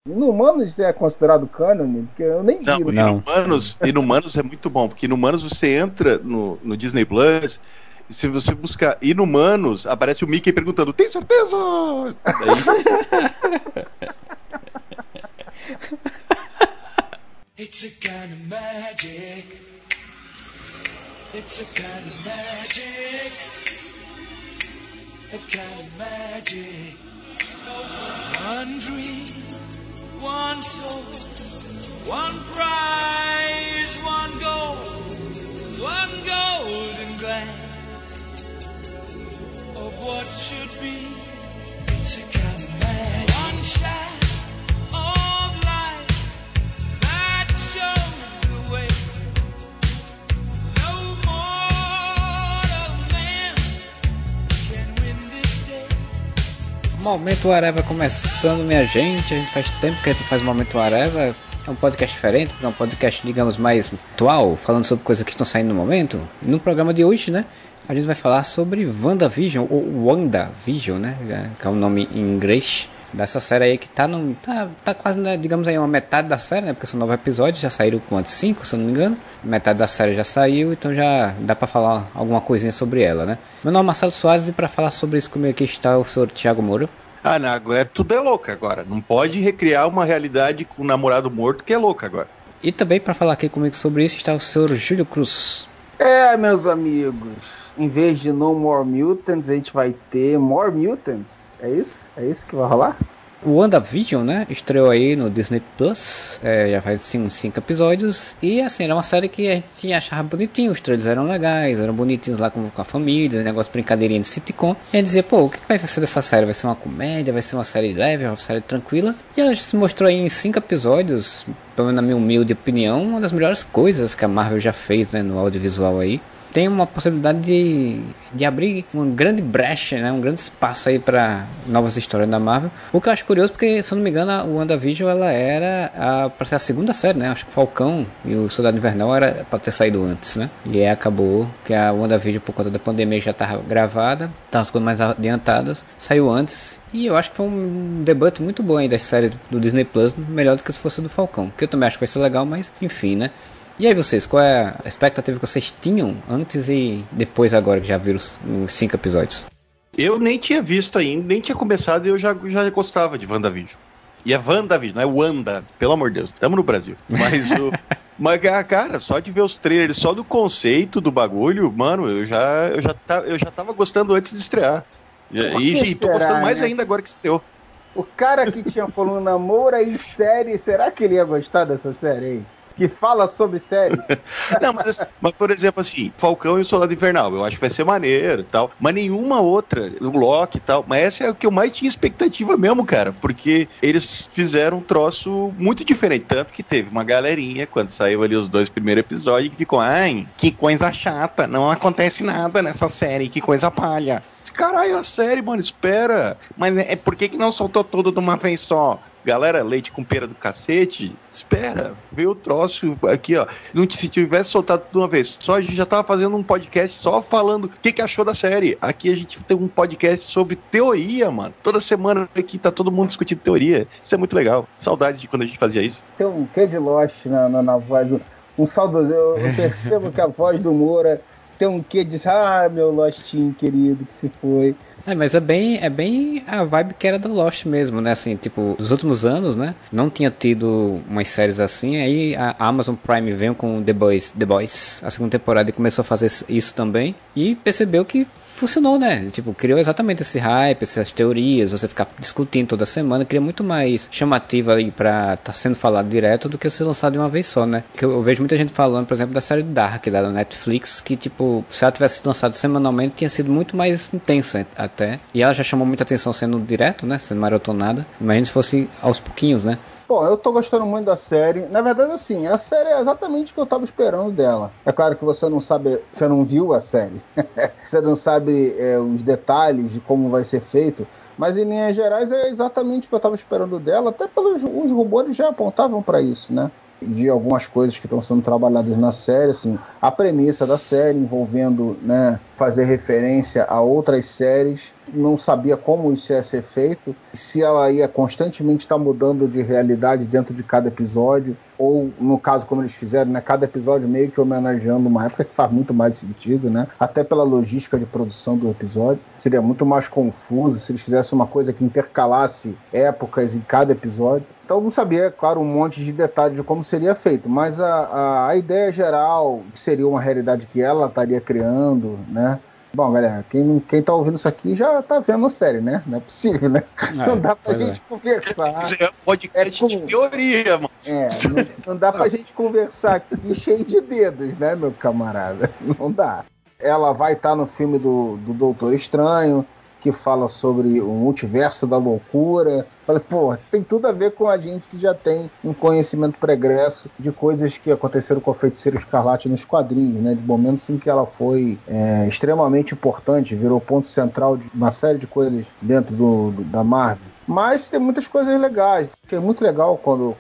Inumanos é considerado canon? Porque eu nem vi. Não. Inumanos é muito bom, porque Inumanos você entra no Disney Plus, e se você buscar Inumanos, aparece o Mickey perguntando, tem certeza? It's a kind of magic. It's a kind of magic. A kind of magic. One dream, one soul, one prize, one golden glance of what should be. It's a kind of magic. One shaft of light that shows the way. No mortal man can win this day. Momento Areva começando, minha gente. A gente faz tempo que a gente faz Momento Areva. É um podcast diferente, é um podcast, digamos, mais atual, falando sobre coisas que estão saindo no momento. E no programa de hoje, né, a gente vai falar sobre WandaVision, ou WandaVision, né, que é o nome em inglês dessa série aí que tá quase, né, digamos aí, uma metade da série, né, porque são 9 episódios, já saíram quantos? 5, se eu não me engano. Metade da série já saiu, então já dá pra falar alguma coisinha sobre ela, né. Meu nome é Marcelo Soares e pra falar sobre isso comigo aqui está o senhor Thiago Moura. Ah, não, tudo é louco agora. Não pode recriar uma realidade com um namorado morto que é louco agora. E também para falar aqui comigo sobre isso está o senhor Júlio Cruz. Meus amigos, em vez de No More Mutants, a gente vai ter More Mutants. É isso? É isso que vai rolar? O WandaVision, né, estreou aí no Disney Plus, já faz 5 episódios, e assim, era uma série que a gente achava bonitinho, os trailers eram legais, eram bonitinhos lá com a família, negócio brincadeirinha de sitcom, e a gente dizia, pô, o que vai ser dessa série? Vai ser uma comédia, vai ser uma série leve, uma série tranquila, e ela se mostrou aí em 5 episódios, pelo menos na minha humilde opinião, uma das melhores coisas que a Marvel já fez, né, no audiovisual aí. Tem uma possibilidade de abrir uma grande brecha, né, um grande espaço aí para novas histórias da Marvel. O que eu acho curioso, porque se eu não me engano, o WandaVision ela era para ser a segunda série, né? Acho que o Falcão e o Soldado Invernal era para ter saído antes, né? E aí acabou que a WandaVision, por conta da pandemia, já estava gravada, tá as coisas mais adiantadas, saiu antes. E eu acho que foi um debate muito bom aí das séries do Disney Plus, melhor do que se fosse do Falcão, que eu também acho que vai ser legal, mas enfim, né? E aí vocês, qual é a expectativa que vocês tinham antes e depois agora que já viram os 5 episódios? Eu nem tinha visto ainda, nem tinha começado e eu já gostava de WandaVision. E é WandaVision, não é Wanda, pelo amor de Deus, estamos no Brasil. Mas cara, só de ver os trailers, só do conceito do bagulho, mano, eu já tava gostando antes de estrear. E tô gostando mais ainda agora que estreou. O cara que tinha coluna Moura em série, será que ele ia gostar dessa série aí? Que fala sobre série. Não, mas por exemplo assim, Falcão e o Soldado Invernal, eu acho que vai ser maneiro e tal, mas nenhuma outra, o Loki e tal, mas essa é o que eu mais tinha expectativa mesmo, cara, porque eles fizeram um troço muito diferente, tanto que teve uma galerinha, quando saiu ali os 2 primeiros episódios, que ficou, ai, que coisa chata, não acontece nada nessa série, que coisa palha. Caralho, a série, mano, espera. Mas é por que não soltou tudo de uma vez só? Galera, leite com pera do cacete, espera, vê o troço aqui, ó. Se tivesse soltado tudo de uma vez só, a gente já tava fazendo um podcast só falando o que achou da série. Aqui a gente tem um podcast sobre teoria, mano. Toda semana aqui tá todo mundo discutindo teoria. Isso é muito legal. Saudades de quando a gente fazia isso. Tem um quê de Lost na voz. Um saudade. Eu percebo que a voz do Moura tem um quê de meu Lostinho querido que se foi. Mas é bem a vibe que era do Lost mesmo, né? Assim, tipo, dos últimos anos, né? Não tinha tido umas séries assim. Aí a Amazon Prime veio com The Boys, a segunda temporada, e começou a fazer isso também. E percebeu que funcionou, né? Tipo, criou exatamente esse hype, essas teorias, você ficar discutindo toda semana, cria muito mais chamativa aí pra tá sendo falado direto do que ser lançado de uma vez só, né? Que eu vejo muita gente falando, por exemplo, da série Dark, lá da Netflix, que tipo, se ela tivesse lançado semanalmente, tinha sido muito mais intensa até. E ela já chamou muita atenção sendo direto, né? Sendo maratonada. Imagina se fosse aos pouquinhos, né? Bom, eu tô gostando muito da série. Na verdade, assim, a série é exatamente o que eu tava esperando dela. É claro que você não sabe, você não viu a série. Você não sabe os detalhes de como vai ser feito. Mas, em linhas gerais, é exatamente o que eu tava esperando dela. Até pelos os rumores já apontavam para isso, né? De algumas coisas que estão sendo trabalhadas na série, assim, a premissa da série envolvendo, né, fazer referência a outras séries não sabia como isso ia ser feito, se ela ia constantemente estar mudando de realidade dentro de cada episódio, ou no caso como eles fizeram, né, cada episódio meio que homenageando uma época, que faz muito mais sentido, né, até pela logística de produção do episódio. Seria muito mais confuso se eles fizessem uma coisa que intercalasse épocas em cada episódio. Então eu não sabia, claro, um monte de detalhes de como seria feito, mas a ideia geral, que seria uma realidade que ela estaria criando, né? Bom, galera, quem tá ouvindo isso aqui já tá vendo a série, né? Não é possível, né? Não dá pra gente conversar. Podcast de teoria, mano. Não dá pra gente conversar aqui cheio de dedos, né, meu camarada? Não dá. Ela vai estar no filme do Doutor Estranho, que fala sobre o multiverso da loucura. Falei, pô, isso tem tudo a ver com a gente que já tem um conhecimento pregresso de coisas que aconteceram com a Feiticeira Escarlate nos quadrinhos, né? De momentos em que ela foi extremamente importante, virou ponto central de uma série de coisas dentro da Marvel. Mas tem muitas coisas legais. Achei muito legal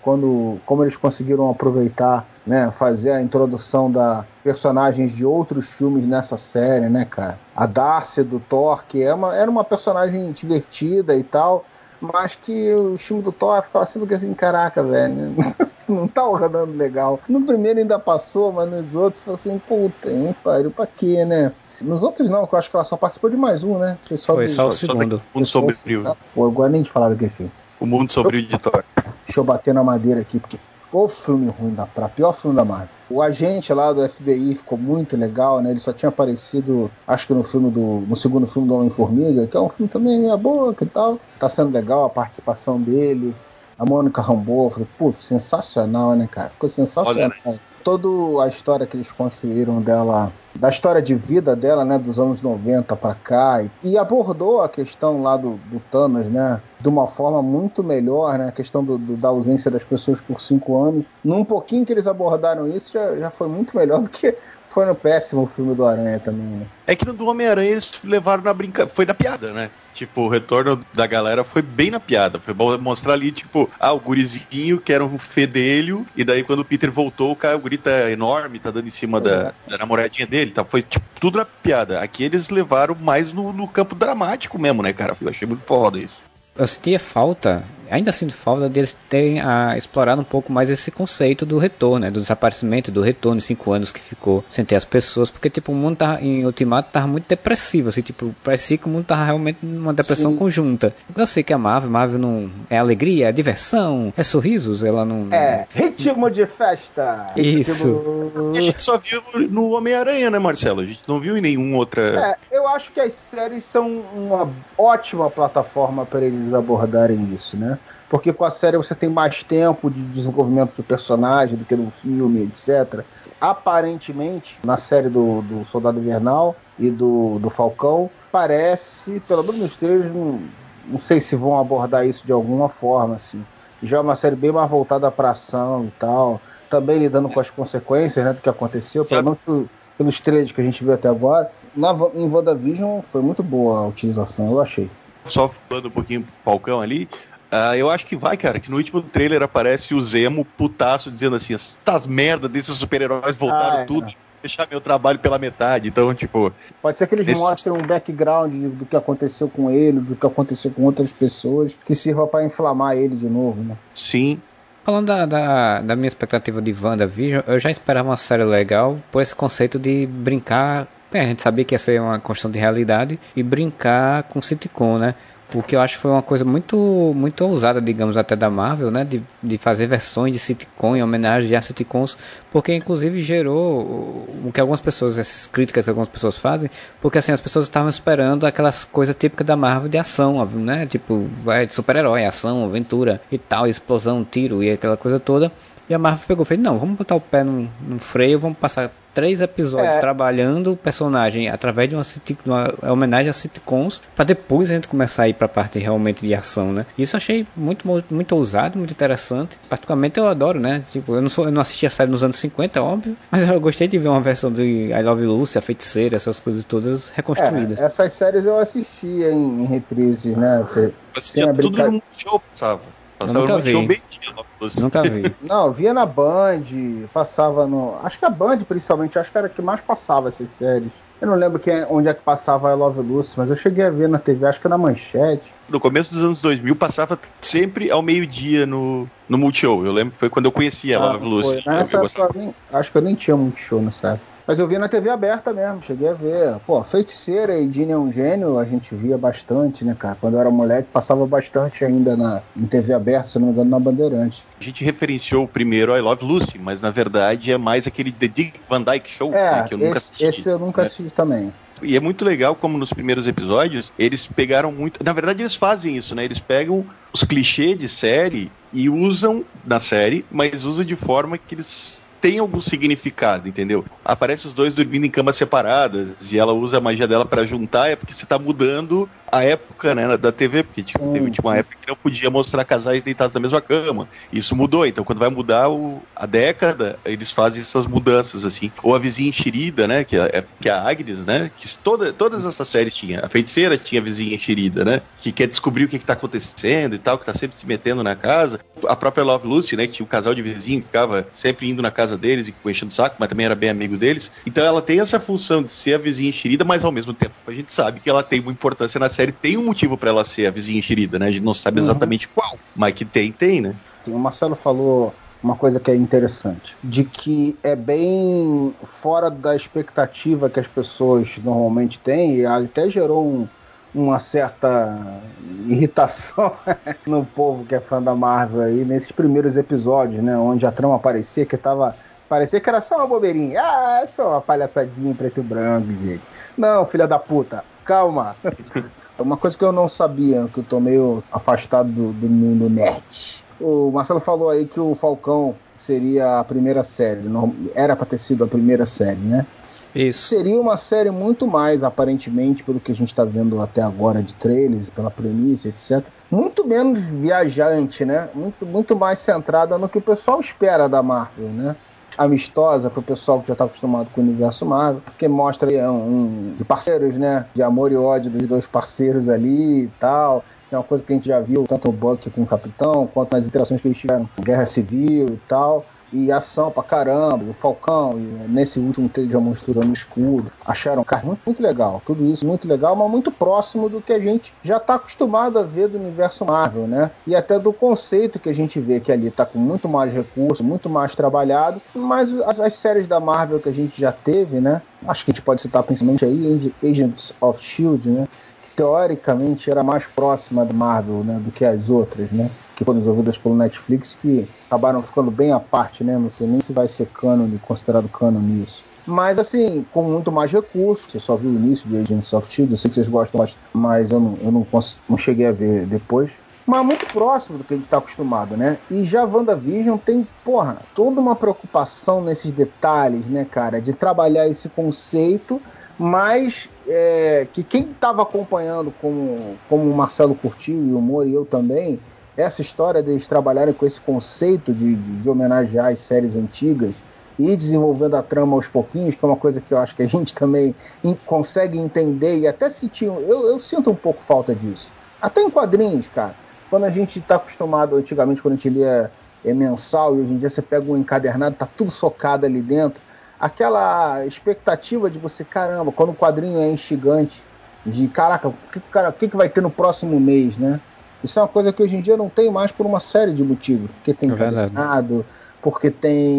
como eles conseguiram aproveitar, né, fazer a introdução da personagens de outros filmes nessa série, né, cara? A Darcy do Thor, que era uma personagem divertida e tal, mas que o filme do Thor ficava sempre assim, caraca, velho, não tá rodando legal. No primeiro ainda passou, mas nos outros foi assim, puta, hein, pariu, pra quê, né? Nos outros não, que eu acho que ela só participou de mais um, né? Foi só o segundo. O Mundo Sombrio. Pô, agora nem de falar daquele filme. O Mundo Sombrio de Thor. Deixa eu bater na madeira aqui, porque foi o filme ruim pior filme da Marvel. O agente lá do FBI ficou muito legal, né? Ele só tinha aparecido, acho que no segundo filme do Homem-Formiga, que é um filme também meia boca e tal. Tá sendo legal a participação dele. A Mônica Rambeau, falei, pô, sensacional, né, cara? Ficou sensacional. Olha, né? Toda a história que eles construíram dela, da história de vida dela, né, dos anos 90 pra cá, e abordou a questão lá do Thanos, né, de uma forma muito melhor, né, a questão da ausência das pessoas por 5 anos. Num pouquinho que eles abordaram isso, já foi muito melhor do que foi no péssimo filme do Aranha também, né. É que no do Homem-Aranha eles levaram na brincadeira, foi na piada, né? Tipo, o retorno da galera foi bem na piada. Foi bom mostrar ali, tipo, o gurizinho que era um fedelho, e daí quando o Peter voltou, o guri tá enorme, tá dando em cima da namoradinha dele, tá? Foi, tipo, tudo na piada. Aqui eles levaram mais no campo dramático mesmo, né, cara? Eu achei muito foda isso. Eu sentia falta, ainda sinto falta deles terem explorado um pouco mais esse conceito do retorno, né, do desaparecimento, do retorno, 5 anos que ficou sem ter as pessoas, porque tipo, o mundo em Ultimato tava muito depressivo, assim, tipo, parecia que o mundo tava realmente numa depressão conjunta. Eu sei que a Marvel não é alegria, é diversão, é sorrisos, ela não... É, ritmo de festa! Isso! A gente só viu no Homem-Aranha, né, Marcelo? A gente não viu em nenhuma outra... Eu acho que as séries são uma ótima plataforma para eles abordarem isso, né? Porque com a série você tem mais tempo de desenvolvimento do personagem do que no filme, etc. Aparentemente, na série do Soldado Invernal e do Falcão, parece, pelo menos nos trailers, não sei se vão abordar isso de alguma forma, assim. Já é uma série bem mais voltada para ação e tal, também lidando com as consequências, né, do que aconteceu, pelo menos pelos trailers que a gente viu até agora. Em WandaVision foi muito boa a utilização, eu achei. Só falando um pouquinho pro Falcão ali, eu acho que cara, que no último trailer aparece o Zemo putaço dizendo assim, estas merdas desses super-heróis voltaram tudo, deixar meu trabalho pela metade, então tipo... Pode ser que eles mostrem um background do que aconteceu com ele, do que aconteceu com outras pessoas, que sirva para inflamar ele de novo, né? Sim. Falando da minha expectativa de WandaVision, eu já esperava uma série legal por esse conceito de brincar... a gente sabia que ia ser uma questão de realidade e brincar com sitcom, né? O que eu acho que foi uma coisa muito, muito ousada, digamos, até da Marvel, né? De fazer versões de sitcom em homenagem a sitcoms, porque inclusive gerou o que algumas pessoas, essas críticas que algumas pessoas fazem, porque assim, as pessoas estavam esperando aquelas coisas típicas da Marvel de ação, né? Tipo, vai de super-herói, ação, aventura e tal, explosão, tiro e aquela coisa toda. E a Marvel pegou e fez, não, vamos botar o pé no freio, vamos passar 3 episódios trabalhando o personagem através de uma homenagem a sitcoms, pra depois a gente começar a ir pra parte realmente de ação, né? Isso eu achei muito, muito ousado, muito interessante. Particularmente eu adoro, né? Tipo, eu não assisti a série nos anos 50, óbvio, mas eu gostei de ver uma versão de I Love Lucy, a Feiticeira, essas coisas todas reconstruídas. Essas séries eu assistia em reprise, né? Você assistia tudo num show, sabe? Passava no show bem dia. Nunca vi. Não, via na Band, passava no... Acho que a Band, principalmente, acho que era a que mais passava essas séries. Eu não lembro onde é que passava I Love Lucy, mas eu cheguei a ver na TV, acho que na Manchete. No começo dos anos 2000 passava sempre ao meio-dia no Multishow. Eu lembro que foi quando eu conhecia a Love Lucy. Nessa época, acho que eu nem tinha Multishow nessa época. Mas eu via na TV aberta mesmo, cheguei a ver. Pô, Feiticeira e Ginny é um Gênio, a gente via bastante, né, cara? Quando eu era moleque, passava bastante ainda em TV aberta, se não me engano, na Bandeirante. A gente referenciou primeiro I Love Lucy, mas na verdade é mais aquele The Dick Van Dyke Show, né, que eu nunca assisti. Esse eu nunca assisti também. E é muito legal como nos primeiros episódios eles pegaram muito... Na verdade eles fazem isso, né? Eles pegam os clichês de série e usam na série, mas usam de forma que eles têm algum significado, entendeu? Aparece os dois dormindo em camas separadas e ela usa a magia dela pra juntar, é porque você tá mudando a época, né, da TV, porque tinha uma época que não podia mostrar casais deitados na mesma cama. Isso mudou, então quando vai mudar a década, eles fazem essas mudanças, assim. Ou a vizinha enxerida, né, que é a Agnes, né, que todas essas séries tinha. A Feiticeira tinha a vizinha enxerida, né, que quer descobrir o que tá acontecendo e tal, que tá sempre se metendo na casa. A própria Love Lucy, né, que tinha um casal de vizinho que ficava sempre indo na casa deles e enchendo o saco, mas também era bem amigo deles. Então ela tem essa função de ser a vizinha enxerida, mas ao mesmo tempo a gente sabe que ela tem uma importância na série, tem um motivo pra ela ser a vizinha enxerida, né? A gente não sabe exatamente qual, mas que tem, né? O Marcelo falou uma coisa que é interessante, de que é bem fora da expectativa que as pessoas normalmente têm, e até gerou uma certa irritação no povo que é fã da Marvel aí, nesses primeiros episódios, né? Onde a trama parecia que era só uma bobeirinha. É só uma palhaçadinha em preto e branco, gente. Não, filha da puta, calma. Uma coisa que eu não sabia, que eu tô meio afastado do mundo nerd. O Marcelo falou aí que o Falcão seria a primeira série. Era pra ter sido a primeira série, né? Isso. Seria uma série muito mais, aparentemente, pelo que a gente tá vendo até agora de trailers, pela premissa, etc. Muito menos viajante, né? Muito mais centrada no que o pessoal espera da Marvel, né? Amistosa pro pessoal que já tá acostumado com o universo Marvel, porque mostra aí de parceiros, né? De amor e ódio dos dois parceiros ali e tal. É uma coisa que a gente já viu tanto o Bucky com o Capitão, quanto nas interações que eles tiveram com Guerra Civil e tal. E ação pra caramba, e o Falcão, e nesse último trailer já mostrou no escudo. Acharam, cara, muito legal. Tudo isso muito legal, mas muito próximo do que a gente já tá acostumado a ver do universo Marvel, né? E até do conceito que a gente vê que ali tá com muito mais recurso, muito mais trabalhado. Mas as séries da Marvel que a gente já teve, né? Acho que a gente pode citar principalmente aí Agents of S.H.I.E.L.D., né? Que teoricamente era mais próxima da Marvel, né? Do que as outras, né? Que foram desenvolvidas pelo Netflix, que acabaram ficando bem à parte, né? Não sei nem se vai ser cânone, considerado cânone isso. Mas, assim, com muito mais recursos. Você só viu o início de Agents of S.H.I.E.L.D., eu sei que vocês gostam bastante, mas eu não cheguei a ver depois. Mas muito próximo do que a gente está acostumado, né? E já WandaVision tem, toda uma preocupação nesses detalhes, né, cara? De trabalhar esse conceito, mas que quem estava acompanhando, como o Marcelo curtiu e o Moro e eu também, essa história deles trabalharem com esse conceito de homenagear as séries antigas e desenvolvendo a trama aos pouquinhos, que é uma coisa que eu acho que a gente também consegue entender e até sentir. Eu sinto um pouco falta disso. Até em quadrinhos, cara. Quando a gente está acostumado, antigamente, quando a gente lia mensal, e hoje em dia você pega um encadernado, tá tudo socado ali dentro. Aquela expectativa de você, caramba, quando o quadrinho é instigante, de caraca, o que vai ter no próximo mês, né? Isso é uma coisa que hoje em dia não tem mais por uma série de motivos. Porque tem encadernado, porque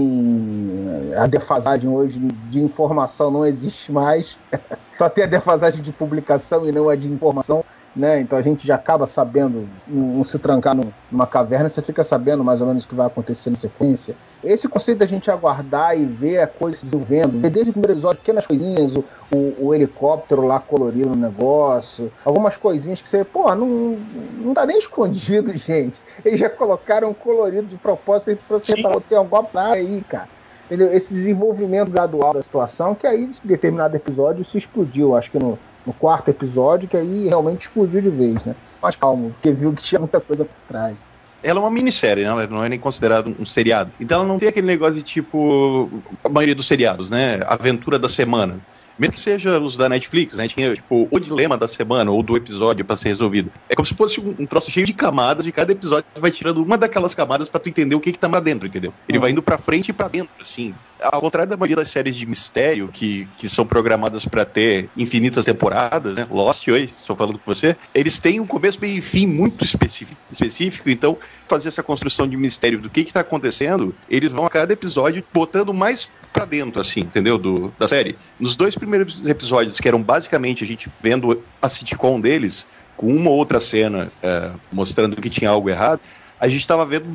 tem a defasagem hoje de informação não existe mais. Só tem a defasagem de publicação e não a de informação, né? Então a gente já acaba sabendo, não se trancar numa caverna, você fica sabendo mais ou menos o que vai acontecer na sequência. Esse conceito da gente aguardar e ver a coisa se desenvolvendo, ver desde o primeiro episódio pequenas coisinhas, o helicóptero lá colorido no negócio, algumas coisinhas que você, não tá nem escondido, gente. Eles já colocaram colorido de propósito pra você ter alguma praia aí, cara. Entendeu? Esse desenvolvimento gradual da situação, que aí, em determinado episódio, se explodiu. Acho que no quarto episódio, que aí realmente explodiu de vez, né? Mas calma, porque viu que tinha muita coisa por trás. Ela é uma minissérie, né? Ela não é nem considerada um seriado. Então ela não tem aquele negócio de tipo a maioria dos seriados, né? Aventura da semana. mesmo que seja os da Netflix, né? Tinha, tipo, o dilema da semana ou do episódio pra ser resolvido. É como se fosse um troço cheio de camadas e cada episódio vai tirando uma daquelas camadas pra tu entender o que tá lá dentro, entendeu? Ele vai indo pra frente e pra dentro, assim. Ao contrário da maioria das séries de mistério que são programadas pra ter infinitas temporadas, né? Lost, oi, estou falando com você. Eles têm um começo, meio e fim muito específico, então fazer essa construção de mistério do que tá acontecendo, eles vão a cada episódio botando mais pra dentro, assim, entendeu? Da série. Nos 2 primeiros episódios, que eram basicamente a gente vendo a sitcom deles, com uma ou outra cena mostrando que tinha algo errado, a gente estava vendo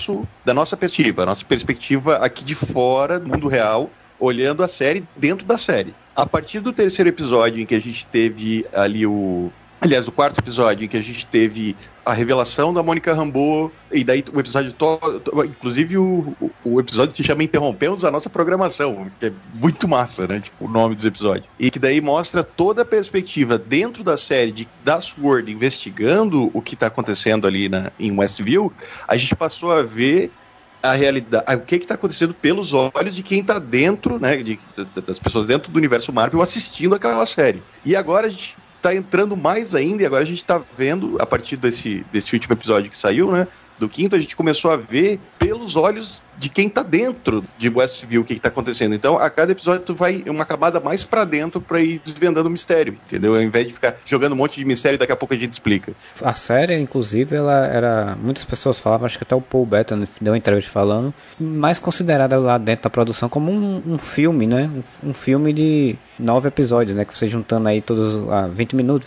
da nossa perspectiva, a nossa perspectiva aqui de fora, do mundo real, olhando a série dentro da série. A partir do 3º episódio, em que a gente teve ali o 4º episódio, em que a gente teve a revelação da Mônica Rambeau, e daí o episódio inclusive o episódio se chama Interrompemos a Nossa Programação, que é muito massa, né? Tipo, o nome dos episódios. E que daí mostra toda a perspectiva dentro da série da SWORD investigando o que está acontecendo ali em Westview. A gente passou a ver a realidade, o que está acontecendo pelos olhos de quem está dentro, né? Das pessoas dentro do universo Marvel assistindo aquela série. E agora a gente tá entrando mais ainda, e agora a gente tá vendo, a partir desse último episódio que saiu, né, do 5º, a gente começou a ver pelos olhos de quem tá dentro de Westview o que tá acontecendo. Então, a cada episódio tu vai uma camada mais pra dentro pra ir desvendando o mistério, entendeu? Ao invés de ficar jogando um monte de mistério e daqui a pouco a gente explica. A série, inclusive, ela era... Muitas pessoas falavam, acho que até o Paul Bettany deu uma entrevista falando, mais considerada lá dentro da produção como um filme, né? Um filme de 9 episódios, né? Que você juntando aí todos 20 minutos,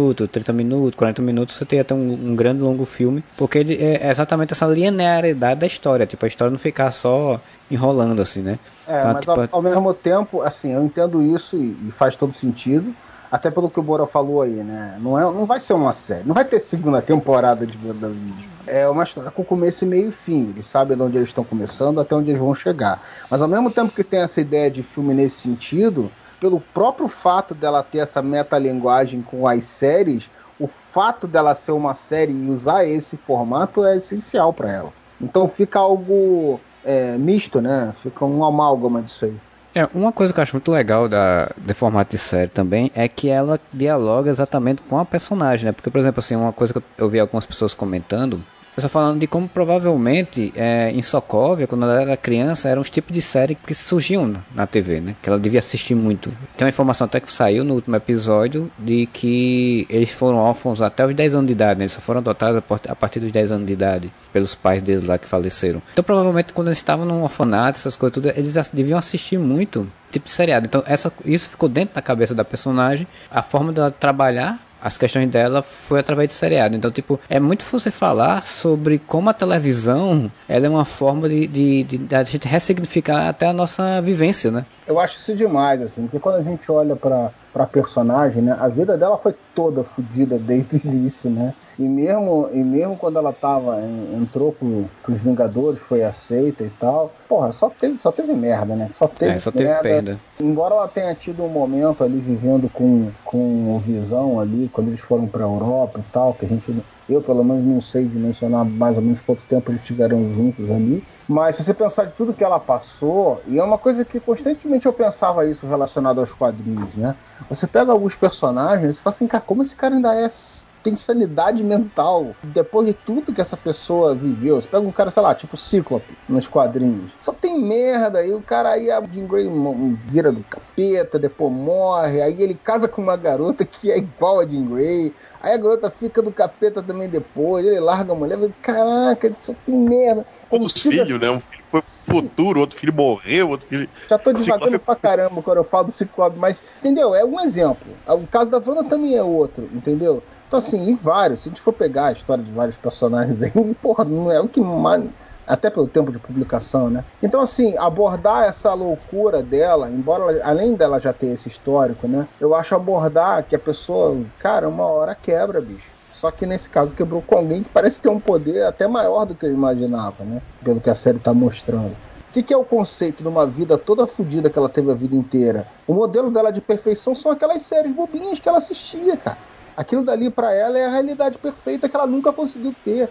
30 minutos, 40 minutos, você tem até um grande longo filme, porque ele é exatamente essa linearidade da história, tipo, a história não ficar só enrolando assim, né? Mas tipo, ao mesmo tempo, assim, eu entendo isso e faz todo sentido, até pelo que o Bora falou aí, né? Não vai ser uma série, não vai ter 2ª temporada de WandaVision. É uma história com começo, meio e fim. Eles sabem de onde eles estão começando, até onde eles vão chegar. Mas ao mesmo tempo que tem essa ideia de filme nesse sentido, pelo próprio fato dela ter essa metalinguagem com as séries, o fato dela ser uma série e usar esse formato é essencial para ela. Então fica algo misto, né? Fica um amálgama disso aí. Uma coisa que eu acho muito legal do formato de série também é que ela dialoga exatamente com a personagem, né? Porque, por exemplo, assim, uma coisa que eu vi algumas pessoas comentando, pessoal falando de como provavelmente em Sokovia, quando ela era criança, eram os tipos de série que surgiam na TV, né? Que ela devia assistir muito. Tem uma informação até que saiu no último episódio de que eles foram órfãos até os 10 anos de idade, né? Eles só foram adotados a partir dos 10 anos de idade pelos pais deles lá que faleceram. Então provavelmente quando eles estavam num orfanato, essas coisas tudo, eles deviam assistir muito tipo de seriado. Então isso ficou dentro da cabeça da personagem. A forma dela trabalhar as questões dela foi através de seriado. Então, tipo, é muito você falar sobre como a televisão ela é uma forma de a gente ressignificar até a nossa vivência, né? Eu acho isso demais, assim, porque quando a gente olha pra personagem, né, a vida dela foi toda fodida desde o início, né? E mesmo quando ela entrou pros Vingadores, foi aceita e tal, porra, só teve merda, né? Só teve perda. Embora ela tenha tido um momento ali vivendo com o Visão ali, quando eles foram pra Europa e tal, que eu pelo menos não sei dimensionar mais ou menos quanto tempo eles estiveram juntos ali. Mas se você pensar de tudo que ela passou, e é uma coisa que constantemente eu pensava isso relacionado aos quadrinhos, né? Você pega alguns personagens e fala assim, cara, como esse cara ainda tem sanidade mental depois de tudo que essa pessoa viveu. Você pega um cara, sei lá, tipo Cíclope nos quadrinhos, só tem merda, aí o cara aí a Jean Grey vira do capeta, depois morre, aí ele casa com uma garota que é igual a Jean Grey, aí a garota fica do capeta também depois, ele larga a mulher, caraca, só tem merda. Como filho, né? Um filho foi pro futuro, outro filho morreu, outro filho... Já tô devagando pra caramba quando eu falo do Ciclope, mas, entendeu? É um exemplo. O caso da Wanda também é outro, entendeu? Então, assim, e vários, se a gente for pegar a história de vários personagens aí, porra, não é o que mais... Até pelo tempo de publicação, né? Então, assim, abordar essa loucura dela, embora além dela já ter esse histórico, né? Eu acho abordar que a pessoa, cara, uma hora quebra, bicho. Só que nesse caso quebrou com alguém que parece ter um poder até maior do que eu imaginava, né? Pelo que a série tá mostrando. O que é o conceito de uma vida toda fodida que ela teve a vida inteira? O modelo dela de perfeição são aquelas séries bobinhas que ela assistia, cara. Aquilo dali pra ela é a realidade perfeita que ela nunca conseguiu ter.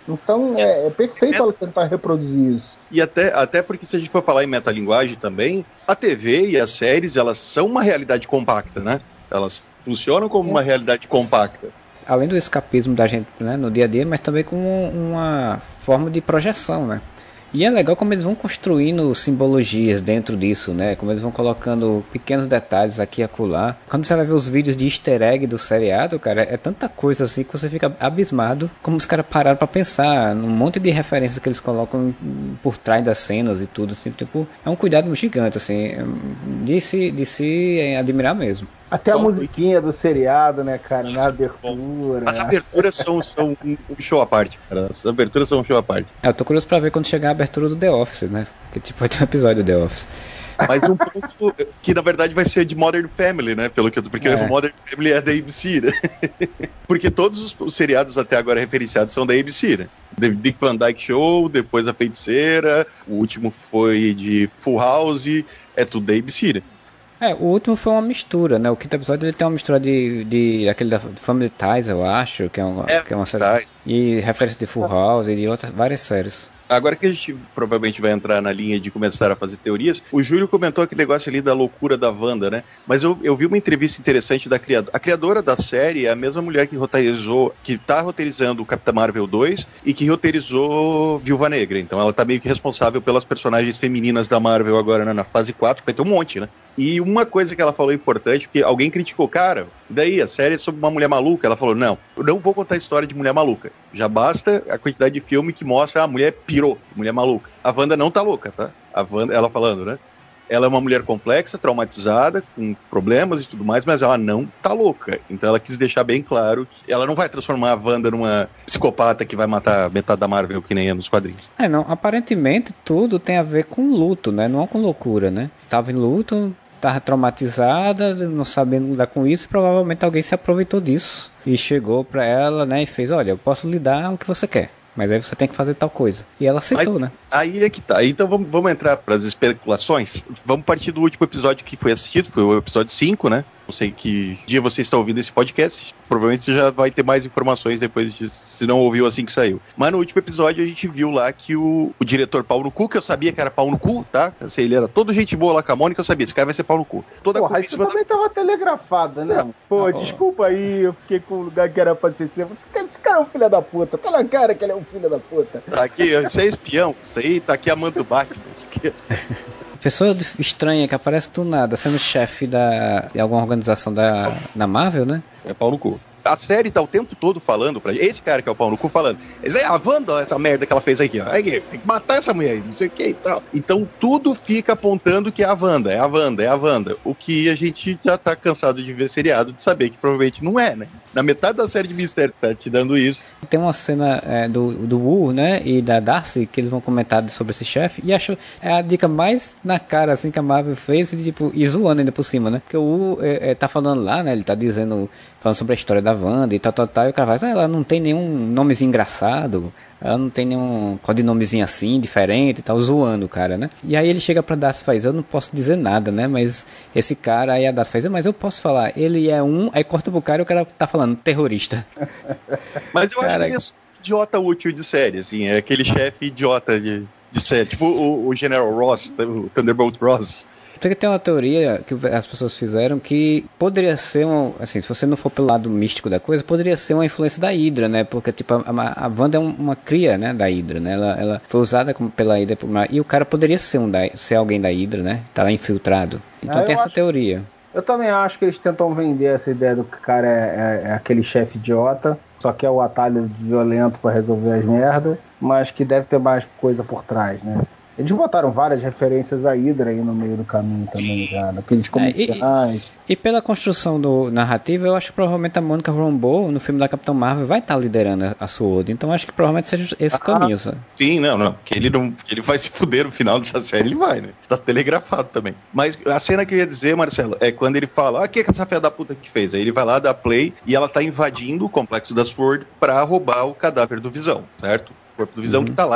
Então é perfeito ela tentar reproduzir isso. E até porque se a gente for falar em metalinguagem também, a TV e as séries, elas são uma realidade compacta, né? Elas funcionam como uma realidade compacta. Além do escapismo da gente, né, no dia a dia, mas também como uma forma de projeção, né? E é legal como eles vão construindo simbologias dentro disso, né? Como eles vão colocando pequenos detalhes aqui e acolá. Quando você vai ver os vídeos de easter egg do seriado, cara, é tanta coisa assim que você fica abismado como os caras pararam pra pensar num monte de referências que eles colocam por trás das cenas e tudo, assim, tipo, é um cuidado gigante, assim, de se admirar mesmo. Até a musiquinha do seriado, né, cara, na abertura. As aberturas são um show à parte, cara. As aberturas são um show à parte. Eu tô curioso pra ver quando chegar a abertura do The Office, né? Porque tipo, vai ter um episódio do The Office. Mas um ponto que na verdade vai ser de Modern Family, né? Porque o Modern Family é da ABC, né? Porque todos os seriados até agora referenciados são da ABC, né? The Dick Van Dyke Show, depois A Feiticeira, o último foi de Full House, é tudo da ABC, né? O último foi uma mistura, né? O quinto episódio ele tem uma mistura de aquele da Family Ties, eu acho, que é uma série. E referência de Full House e de outras várias séries. Agora que a gente provavelmente vai entrar na linha de começar a fazer teorias, o Júlio comentou aquele negócio ali da loucura da Wanda, né? Mas eu vi uma entrevista interessante da criadora. A criadora da série é a mesma mulher que tá roteirizando o Capitã Marvel 2 e que roteirizou Viúva Negra. Então ela tá meio que responsável pelas personagens femininas da Marvel agora, né? Na fase 4, que vai ter um monte, né? E uma coisa que ela falou importante, porque alguém criticou, cara, daí a série é sobre uma mulher maluca. Ela falou, não, eu não vou contar a história de mulher maluca. Já basta a quantidade de filme que mostra a mulher pirou, mulher maluca. A Wanda não tá louca, tá? A Wanda, ela falando, né? Ela é uma mulher complexa, traumatizada, com problemas e tudo mais, mas ela não tá louca. Então ela quis deixar bem claro que ela não vai transformar a Wanda numa psicopata que vai matar metade da Marvel, que nem é nos quadrinhos. Não, aparentemente tudo tem a ver com luto, né? Não com loucura, né? Tava em luto, tava traumatizada, não sabendo lidar com isso, e provavelmente alguém se aproveitou disso e chegou pra ela, né, e fez, olha, eu posso lhe dar o que você quer, mas aí você tem que fazer tal coisa. E ela aceitou, né? Aí é que tá. Então vamos entrar para as especulações. Vamos partir do último episódio que foi assistido, foi o episódio 5, né? Não sei que dia você está ouvindo esse podcast, provavelmente você já vai ter mais informações depois se não ouviu assim que saiu. Mas no último episódio a gente viu lá que o diretor pau no cu, que eu sabia que era pau no cu, tá? Eu sei, ele era todo gente boa lá com a Mônica, eu sabia, esse cara vai ser pau no cu. Porra, isso também tava telegrafado, né? Pô, desculpa aí, eu fiquei com o lugar que era pra ser seu. Esse cara é um filho da puta, tá na cara que ele é um filho da puta. Tá aqui, isso é espião, isso aí tá aqui amando o Batman, isso aqui. Pessoa estranha que aparece do nada, sendo chefe de alguma organização da Marvel, né? É pau no cu. A série tá o tempo todo falando pra esse cara que é o pau no cu falando, a Wanda, essa merda que ela fez aqui, ó. Aí, tem que matar essa mulher aí, não sei o que e tal. Então tudo fica apontando que é a Wanda, é a Wanda, é a Wanda. O que a gente já tá cansado de ver seriado, de saber que provavelmente não é, né? Na metade da série de mistério tá te dando isso. Tem uma cena do Wu, né, e da Darcy, que eles vão comentar sobre esse chefe, e acho a dica mais na cara, assim, que a Marvel fez, e zoando ainda por cima, né? Porque o Wu tá falando lá, né, ele tá falando sobre a história da Wanda e tal, e o cara faz, ela não tem nenhum nomezinho engraçado, ela não tem nenhum codinomezinho assim, diferente e tal, zoando o cara, né? E aí ele chega pra Darcy e faz, eu não posso dizer nada, né? Mas esse cara, aí a Darcy faz, mas eu posso falar, ele é aí corta pro cara e o cara tá falando, terrorista. Mas eu acho que ele é idiota útil de série, assim, é aquele chefe idiota de série, tipo o General Ross, o Thunderbolt Ross. Porque tem uma teoria que as pessoas fizeram que poderia ser, assim, se você não for pelo lado místico da coisa, poderia ser uma influência da Hydra, né? Porque, tipo, a Wanda é uma cria, né, da Hydra, né? Ela foi usada pela Hydra, e o cara poderia ser alguém da Hydra, né? Tá lá infiltrado. Então tem essa teoria. Eu também acho que eles tentam vender essa ideia do que o cara é aquele chefe idiota, só que é o atalho violento pra resolver as merdas, mas que deve ter mais coisa por trás, né? Eles botaram várias referências a Hydra aí no meio do caminho também, já, naqueles comerciais. E pela construção do narrativa, eu acho que provavelmente a Monica Rambeau, no filme da Capitã Marvel, vai estar liderando a SWORD. Então acho que provavelmente seja esse caminho, sabe? Sim, não. Que ele vai se fuder no final dessa série, ele vai, né? Tá telegrafado também. Mas a cena que eu ia dizer, Marcelo, é quando ele fala, o que essa filha da puta que fez? Aí ele vai lá, dá play, e ela tá invadindo o complexo da SWORD pra roubar o cadáver do Visão, certo? O corpo do Visão que tá lá.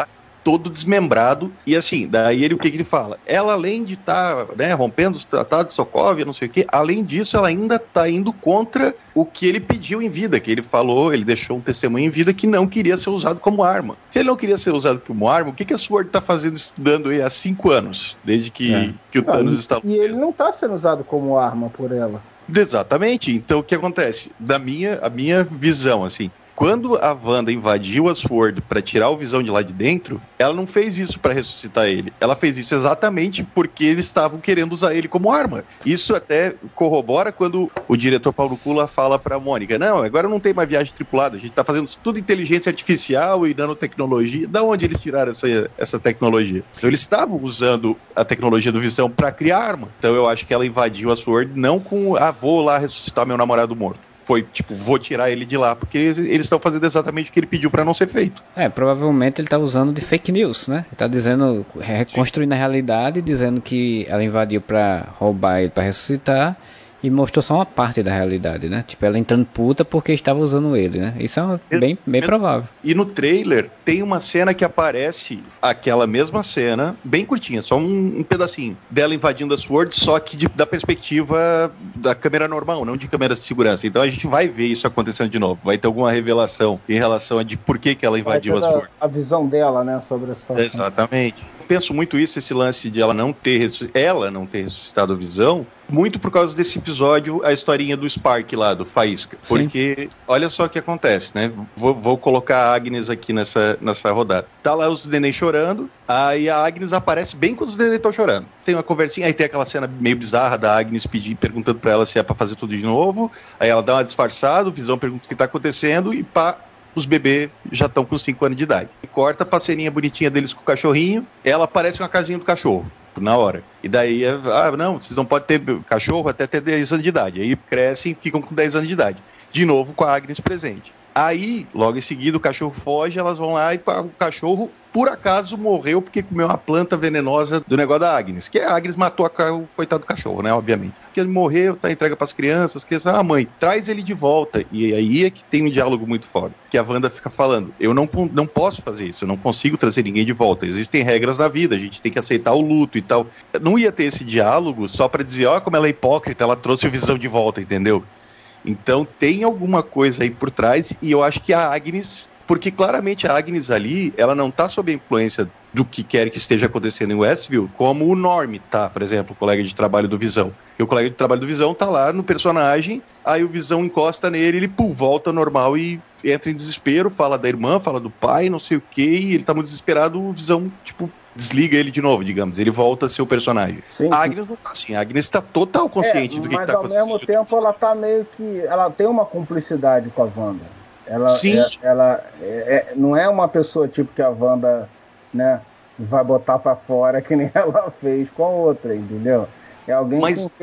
todo desmembrado. E assim, daí ele, o que ele fala? Ela, além de estar, né, rompendo os tratados de Sokovia, não sei o quê, além disso, ela ainda está indo contra o que ele pediu em vida, que ele falou, ele deixou um testemunho em vida que não queria ser usado como arma. Se ele não queria ser usado como arma, o que a SWORD está fazendo, estudando aí há 5 anos, desde que o Thanos está... E ele não está sendo usado como arma por ela. Exatamente. Então, o que acontece? A minha visão, assim, quando a Wanda invadiu a SWORD para tirar o Visão de lá de dentro, ela não fez isso para ressuscitar ele. Ela fez isso exatamente porque eles estavam querendo usar ele como arma. Isso até corrobora quando o diretor Paulo Kula fala para Mônica: não, agora não tem mais viagem tripulada, a gente está fazendo tudo inteligência artificial e nanotecnologia. Da onde eles tiraram essa tecnologia? Então eles estavam usando a tecnologia do Visão para criar arma. Então eu acho que ela invadiu a SWORD não com vou lá ressuscitar meu namorado morto. Foi tipo, vou tirar ele de lá, porque eles estão fazendo exatamente o que ele pediu para não ser feito. Provavelmente ele tá usando de fake news, né? Ele tá dizendo, reconstruindo a realidade, dizendo que ela invadiu para roubar ele, para ressuscitar, e mostrou só uma parte da realidade, né? Tipo, ela entrando puta porque estava usando ele, né? Isso é bem provável. E no trailer tem uma cena que aparece, aquela mesma cena, bem curtinha, só um pedacinho, dela invadindo a SWORD, só que da perspectiva da câmera normal, não de câmera de segurança. Então a gente vai ver isso acontecendo de novo. Vai ter alguma revelação em relação a de por que ela invadiu a SWORD. A visão dela, né, sobre a situação. Exatamente. Penso muito isso, esse lance de ela não ter ressuscitado a Visão, muito por causa desse episódio, a historinha do Spark lá, do Faísca. Sim. Porque, olha só o que acontece, né? Vou colocar a Agnes aqui nessa rodada. Tá lá os neném chorando, aí a Agnes aparece bem quando os neném estão chorando. Tem uma conversinha, aí tem aquela cena meio bizarra da Agnes perguntando pra ela se é pra fazer tudo de novo, aí ela dá uma disfarçada, o Visão pergunta o que tá acontecendo e pá, os bebês já estão com 5 anos de idade. E corta pra ceninha bonitinha deles com o cachorrinho, ela aparece uma casinha do cachorro, na hora. E daí, não, vocês não podem ter cachorro até ter 10 anos de idade. Aí crescem e ficam com 10 anos de idade. De novo com a Agnes presente. Aí, logo em seguida, o cachorro foge, elas vão lá e o cachorro, por acaso, morreu porque comeu uma planta venenosa do negócio da Agnes. Que a Agnes matou o coitado do cachorro, né, obviamente. Porque ele morreu, tá entrega pras crianças, as crianças, mãe, traz ele de volta. E aí é que tem um diálogo muito foda. Que a Wanda fica falando, eu não posso fazer isso, eu não consigo trazer ninguém de volta. Existem regras na vida, a gente tem que aceitar o luto e tal. Não ia ter esse diálogo só pra dizer, como ela é hipócrita, ela trouxe o Visão de volta, entendeu? Então tem alguma coisa aí por trás, e eu acho que a Agnes, porque claramente a Agnes ali, ela não tá sob a influência do que quer que esteja acontecendo em Westview, como o Norm tá, por exemplo, o colega de trabalho do Visão. Porque o colega de trabalho do Visão tá lá no personagem, aí o Visão encosta nele, ele volta ao normal e entra em desespero, fala da irmã, fala do pai, não sei o que, e ele tá muito desesperado, o Visão, desliga ele de novo, digamos. Ele volta a ser o personagem. Sim, a Agnes não tá assim. A Agnes tá total consciente do que tá acontecendo. Mas ao mesmo tempo ela tá meio que... Ela tem uma cumplicidade com a Wanda. Sim. Ela não é uma pessoa tipo que a Wanda, né, vai botar pra fora que nem ela fez com a outra, entendeu? É alguém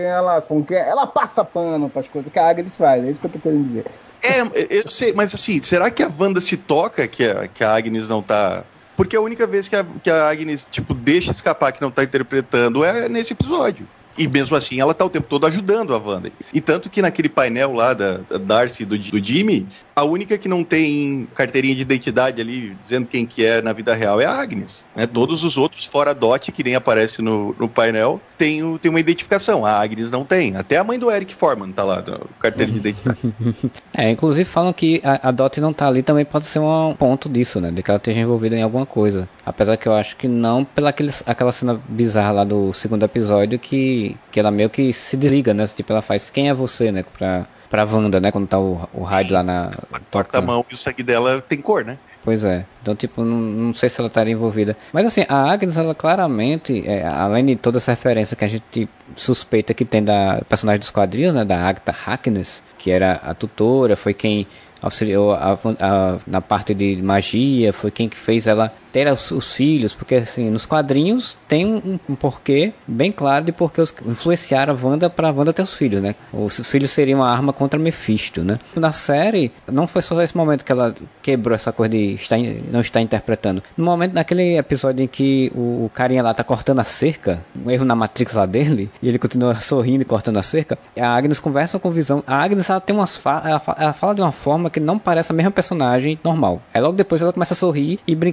com quem ela passa pano pras coisas que a Agnes faz. É isso que eu tô querendo dizer. Eu sei, mas assim, será que a Wanda se toca que a Agnes não tá... Porque a única vez que a Agnes, deixa escapar que não tá interpretando é nesse episódio. E mesmo assim, ela tá o tempo todo ajudando a Wanda. E tanto que naquele painel lá da Darcy e do Jimmy, a única que não tem carteirinha de identidade ali, dizendo quem que é na vida real, é a Agnes. Né? Todos os outros, fora a Dot, que nem aparece no painel, tem uma identificação. A Agnes não tem. Até a mãe do Eric Foreman tá lá, carteira de identidade. Inclusive falam que a Dot não tá ali também pode ser um ponto disso, né? De que ela esteja envolvida em alguma coisa. Apesar que eu acho que não pela aquela cena bizarra lá do segundo episódio que ela meio que se desliga, né? Tipo, ela faz quem é você, né? Pra Wanda, né? Quando tá o rádio lá na toca a mão e o sangue dela tem cor, né? Pois é. Então, não sei se ela estaria envolvida. Mas assim, a Agnes, ela claramente, além de toda essa referência que a gente suspeita que tem da personagem dos quadrinhos, né? Da Agatha Harkness, que era a tutora, foi quem auxiliou na parte de magia, foi quem que fez ela ter os filhos, porque assim, nos quadrinhos tem um porquê bem claro de porque influenciaram a Wanda pra Wanda ter os filhos, né? Os filhos seriam uma arma contra Mephisto, né? Na série, não foi só esse momento que ela quebrou essa coisa de não estar interpretando. No momento, naquele episódio em que o carinha lá tá cortando a cerca, um erro na Matrix lá dele, e ele continua sorrindo e cortando a cerca, a Agnes conversa com Visão. A Agnes, ela tem ela fala de uma forma que não parece a mesma personagem normal. Aí logo depois ela começa a sorrir e brincar de novo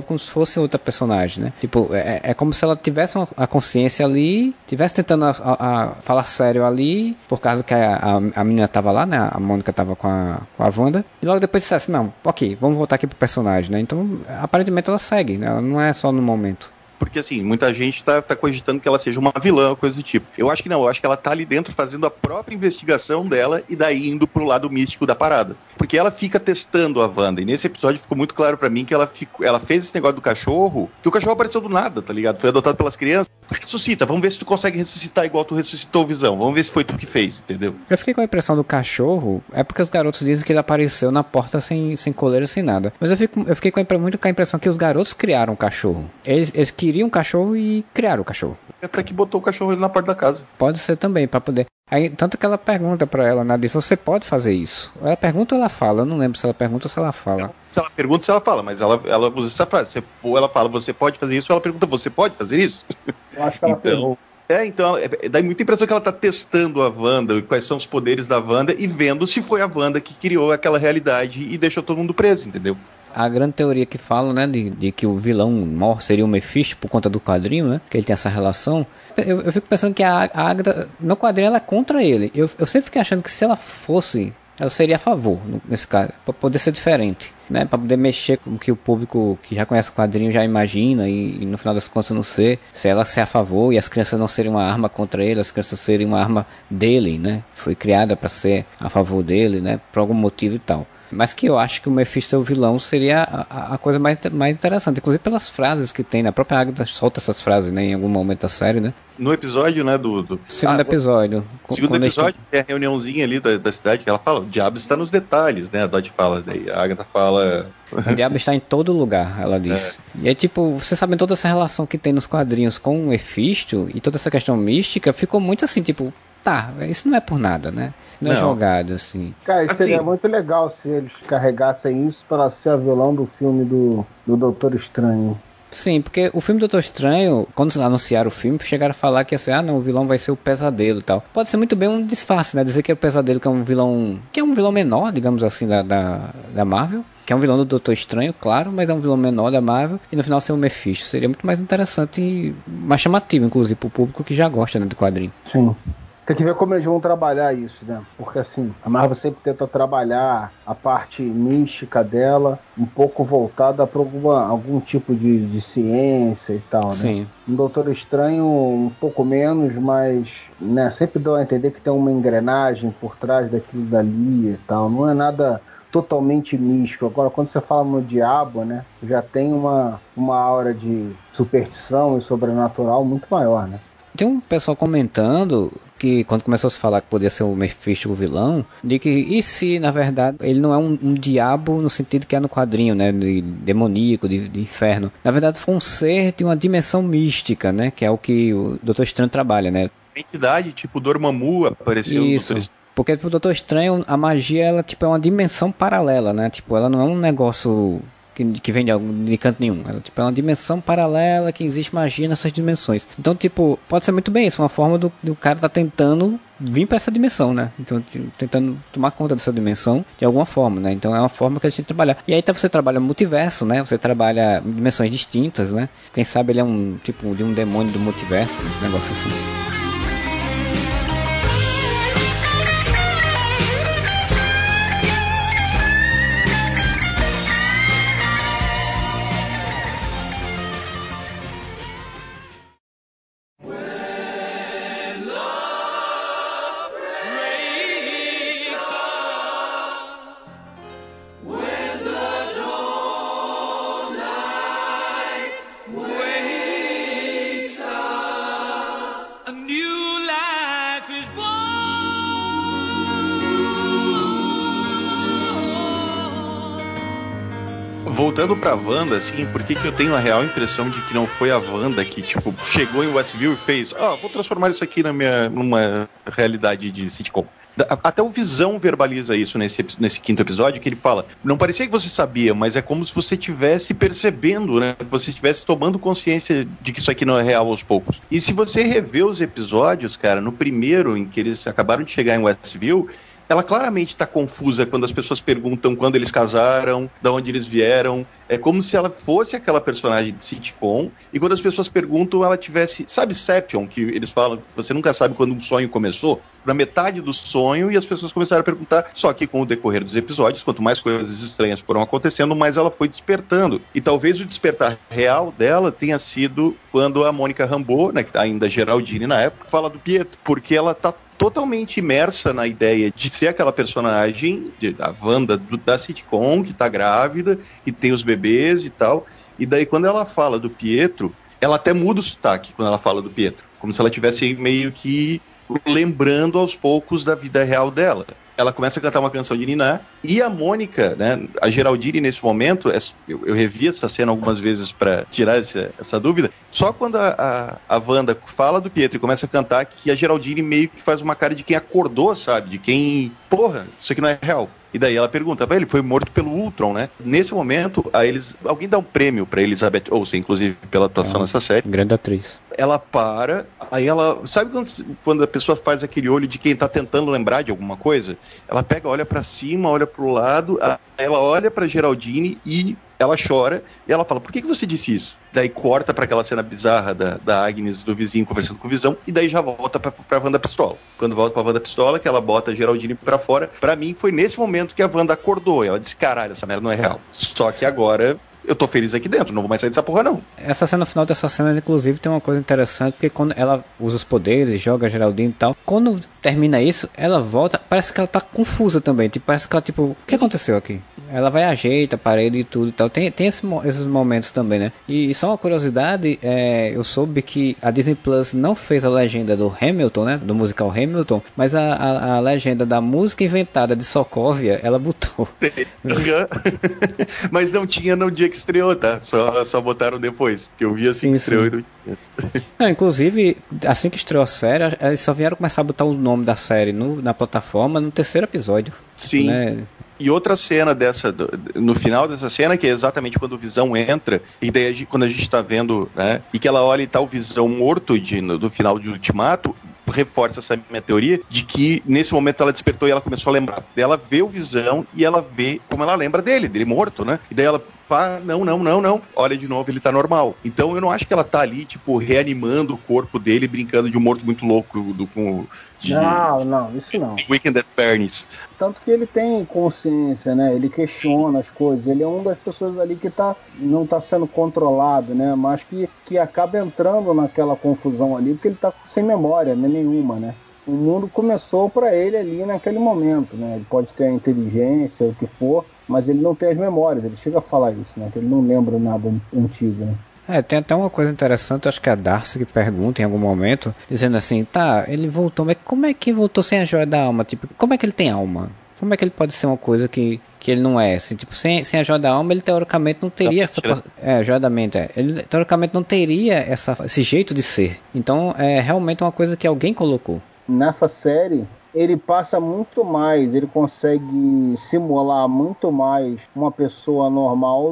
como se fosse outra personagem, né? Tipo, é como se ela tivesse a consciência ali, tivesse tentando a falar sério ali, por causa que a menina tava lá, né? A Mônica tava com a Wanda, e logo depois dissesse, não, ok, vamos voltar aqui pro personagem, né? Então, aparentemente ela segue, né? Ela não é só no momento. Porque, assim, muita gente tá cogitando que ela seja uma vilã, coisa do tipo. Eu acho que não, eu acho que ela tá ali dentro fazendo a própria investigação dela e daí indo pro lado místico da parada. Porque ela fica testando a Wanda, e nesse episódio ficou muito claro pra mim que ela fez esse negócio do cachorro, que o cachorro apareceu do nada, tá ligado? Foi adotado pelas crianças. Ressuscita, vamos ver se tu consegue ressuscitar igual tu ressuscitou o Visão, vamos ver se foi tu que fez, entendeu? Eu fiquei com a impressão do cachorro, é porque os garotos dizem que ele apareceu na porta sem coleira, sem nada. Mas eu fiquei muito com a impressão que os garotos criaram o cachorro. Eles queriam o cachorro e criaram o cachorro. Até que botou o cachorro ali na porta da casa. Pode ser também, pra poder... Aí, tanto que ela pergunta pra ela, né, diz, você pode fazer isso? Ela pergunta ou ela fala? Eu não lembro se ela pergunta ou se ela fala. Se ela pergunta, se ela fala, mas ela usa essa frase. Ou ela fala, você pode fazer isso, ou ela pergunta, você pode fazer isso? Eu acho que ela pergunta. Então, dá muita impressão que ela tá testando a Wanda, quais são os poderes da Wanda, e vendo se foi a Wanda que criou aquela realidade e deixou todo mundo preso, entendeu? A grande teoria que falam, né, de que o vilão maior seria o Mephisto por conta do quadrinho, né, que ele tem essa relação. Eu fico pensando que a Agatha, no quadrinho, ela é contra ele. Eu sempre fiquei achando que se ela fosse, ela seria a favor, nesse caso, para poder ser diferente, né, para poder mexer com o que o público que já conhece o quadrinho já imagina e no final das contas não ser, se ela ser a favor e as crianças não serem uma arma contra ele, as crianças serem uma arma dele, né, foi criada para ser a favor dele, né, por algum motivo e tal. Mas que eu acho que o Mephisto ser o vilão seria a coisa mais interessante. Inclusive pelas frases que tem, né? A própria Agatha solta essas frases, né? Em algum momento da série, né? No episódio, né? Segundo episódio. Segundo episódio, tem a reuniãozinha ali da cidade que ela fala, o diabo está nos detalhes, né? A Dot fala, daí a Agatha fala... O diabo está em todo lugar, ela diz. E aí, tipo, você sabe toda essa relação que tem nos quadrinhos com o Mephisto e toda essa questão mística, ficou muito assim, tipo... Tá, isso não é por nada, né? Não é jogado, assim. Cara, isso seria muito legal se eles carregassem isso para ser a vilão do filme do Doutor Estranho. Sim, porque o filme Doutor Estranho, quando anunciaram o filme, chegaram a falar que assim, não, o vilão vai ser o Pesadelo e tal. Pode ser muito bem um disfarce, né? Dizer que é o Pesadelo, que é um vilão menor, digamos assim, da Marvel. Que é um vilão do Doutor Estranho, claro, mas é um vilão menor da Marvel. E no final ser o Mephisto. Seria muito mais interessante e mais chamativo, inclusive, pro público que já gosta, né, do quadrinho. Sim. Tem que ver como eles vão trabalhar isso, né? Porque assim, a Marvel sempre tenta trabalhar a parte mística dela um pouco voltada para algum tipo de ciência e tal, né? Sim. Um Doutor Estranho um pouco menos, mas né, sempre dá a entender que tem uma engrenagem por trás daquilo dali e tal. Não é nada totalmente místico. Agora, quando você fala no diabo, né? Já tem uma aura de superstição e sobrenatural muito maior, né? Tem um pessoal comentando que quando começou a se falar que podia ser o Mephisto o vilão, de que e se na verdade ele não é um diabo no sentido que é no quadrinho, né, de demoníaco, de inferno. Na verdade foi um ser de uma dimensão mística, né, que é o que o Doutor Estranho trabalha, né. Entidade tipo Dormammu apareceu no Doutor Estranho. Porque pro Doutor Estranho a magia ela tipo é uma dimensão paralela, né, tipo ela não é um negócio que vem de canto nenhum. Ela, tipo, é uma dimensão paralela que existe magia nessas dimensões. Então, tipo, pode ser muito bem isso. Uma forma do cara tá tentando vir para essa dimensão, né? Então, tentando tomar conta dessa dimensão de alguma forma, né? Então, é uma forma que a gente tem que trabalhar. E aí, então, você trabalha multiverso, né? Você trabalha dimensões distintas, né? Quem sabe ele é um tipo de um demônio do multiverso, um negócio assim. Voltando pra Wanda, assim, por que eu tenho a real impressão de que não foi a Wanda que, tipo, chegou em Westview e fez, vou transformar isso aqui numa realidade de sitcom. Até o Visão verbaliza isso nesse quinto episódio, que ele fala, não parecia que você sabia, mas é como se você estivesse percebendo, né? Que você estivesse tomando consciência de que isso aqui não é real aos poucos. E se você rever os episódios, cara, no primeiro, em que eles acabaram de chegar em Westview, ela claramente está confusa quando as pessoas perguntam quando eles casaram, de onde eles vieram. É como se ela fosse aquela personagem de sitcom, e quando as pessoas perguntam, ela tivesse... Sabe Inception, que eles falam, você nunca sabe quando um sonho começou? Na metade do sonho, e as pessoas começaram a perguntar, só que com o decorrer dos episódios, quanto mais coisas estranhas foram acontecendo, mais ela foi despertando. E talvez o despertar real dela tenha sido quando a Mônica Rambeau, né, ainda Geraldine na época, fala do Pietro, porque ela tá totalmente imersa na ideia de ser aquela personagem, a Wanda da sitcom, que tá grávida, que tem os bebês e tal, e daí quando ela fala do Pietro, ela até muda o sotaque quando ela fala do Pietro, como se ela tivesse meio que lembrando aos poucos da vida real dela. Ela começa a cantar uma canção de Niná, e a Mônica, né, a Geraldine nesse momento, eu revi essa cena algumas vezes para tirar essa dúvida, só quando a Wanda fala do Pietro e começa a cantar, que a Geraldine meio que faz uma cara de quem acordou, sabe, de quem, porra, isso aqui não é real. E daí ela pergunta, ele foi morto pelo Ultron, né? Nesse momento, alguém dá um prêmio pra Elizabeth Olsen, inclusive pela atuação nessa série. Grande atriz. Ela para, aí ela... Sabe quando a pessoa faz aquele olho de quem tá tentando lembrar de alguma coisa? Ela pega, olha pra cima, olha pro lado, aí ela olha pra Geraldine e ela chora, e ela fala, por que você disse isso? Daí corta pra aquela cena bizarra da Agnes, do vizinho conversando com o Visão, e daí já volta pra Wanda Pistola. Quando volta pra Wanda Pistola, que ela bota a Geraldine pra fora, pra mim foi nesse momento que a Wanda acordou, e ela disse, caralho, essa merda não é real. Só que agora... eu tô feliz aqui dentro, não vou mais sair dessa porra, não. Essa cena, no final dessa cena, inclusive, tem uma coisa interessante, porque quando ela usa os poderes, joga a Geraldine e tal, quando termina isso, ela volta, parece que ela tá confusa também, tipo, parece que ela, tipo, o que aconteceu aqui? Ela vai, ajeita a parede e tudo e tal, tem esses momentos também, né? E só uma curiosidade, eu soube que a Disney Plus não fez a legenda do Hamilton, né, do musical Hamilton, mas a legenda da música inventada de Sokovia, ela botou. Mas não tinha no dia que estreou, tá? Só botaram depois, porque eu vi assim que estreou e não tinha. Não, inclusive, assim que estreou a série, eles só vieram começar a botar o nome da série na plataforma no terceiro episódio. Sim. Né? E outra cena no final dessa cena, que é exatamente quando o Visão entra, e daí quando a gente tá vendo, né, e que ela olha e tá o Visão morto do final de Ultimato, reforça essa minha teoria de que nesse momento ela despertou e ela começou a lembrar. Ela vê o Visão e ela vê como ela lembra dele morto, né? E daí ela não. Olha de novo, ele tá normal. Então eu não acho que ela tá ali, tipo, reanimando o corpo dele, brincando de um morto muito louco Não, isso não. Weekend at Bernie's. Tanto que ele tem consciência, né? Ele questiona as coisas. Ele é uma das pessoas ali que não tá sendo controlado, né? Mas que acaba entrando naquela confusão ali, porque ele tá sem memória, né? Nenhuma, né? O mundo começou para ele ali naquele momento, né? Ele pode ter a inteligência, o que for, mas ele não tem as memórias. Ele chega a falar isso, né? Que ele não lembra nada antigo, né? Tem até uma coisa interessante, acho que a Darcy que pergunta em algum momento, dizendo assim, tá, ele voltou, mas como é que voltou sem a joia da alma? Tipo, como é que ele tem alma? Como é que ele pode ser uma coisa que ele não é? Assim, tipo, sem a joia da alma, ele teoricamente não teria a joia da mente, ele teoricamente não teria esse jeito de ser. Então, é realmente uma coisa que alguém colocou. Nessa série, ele passa muito mais, ele consegue simular muito mais uma pessoa normal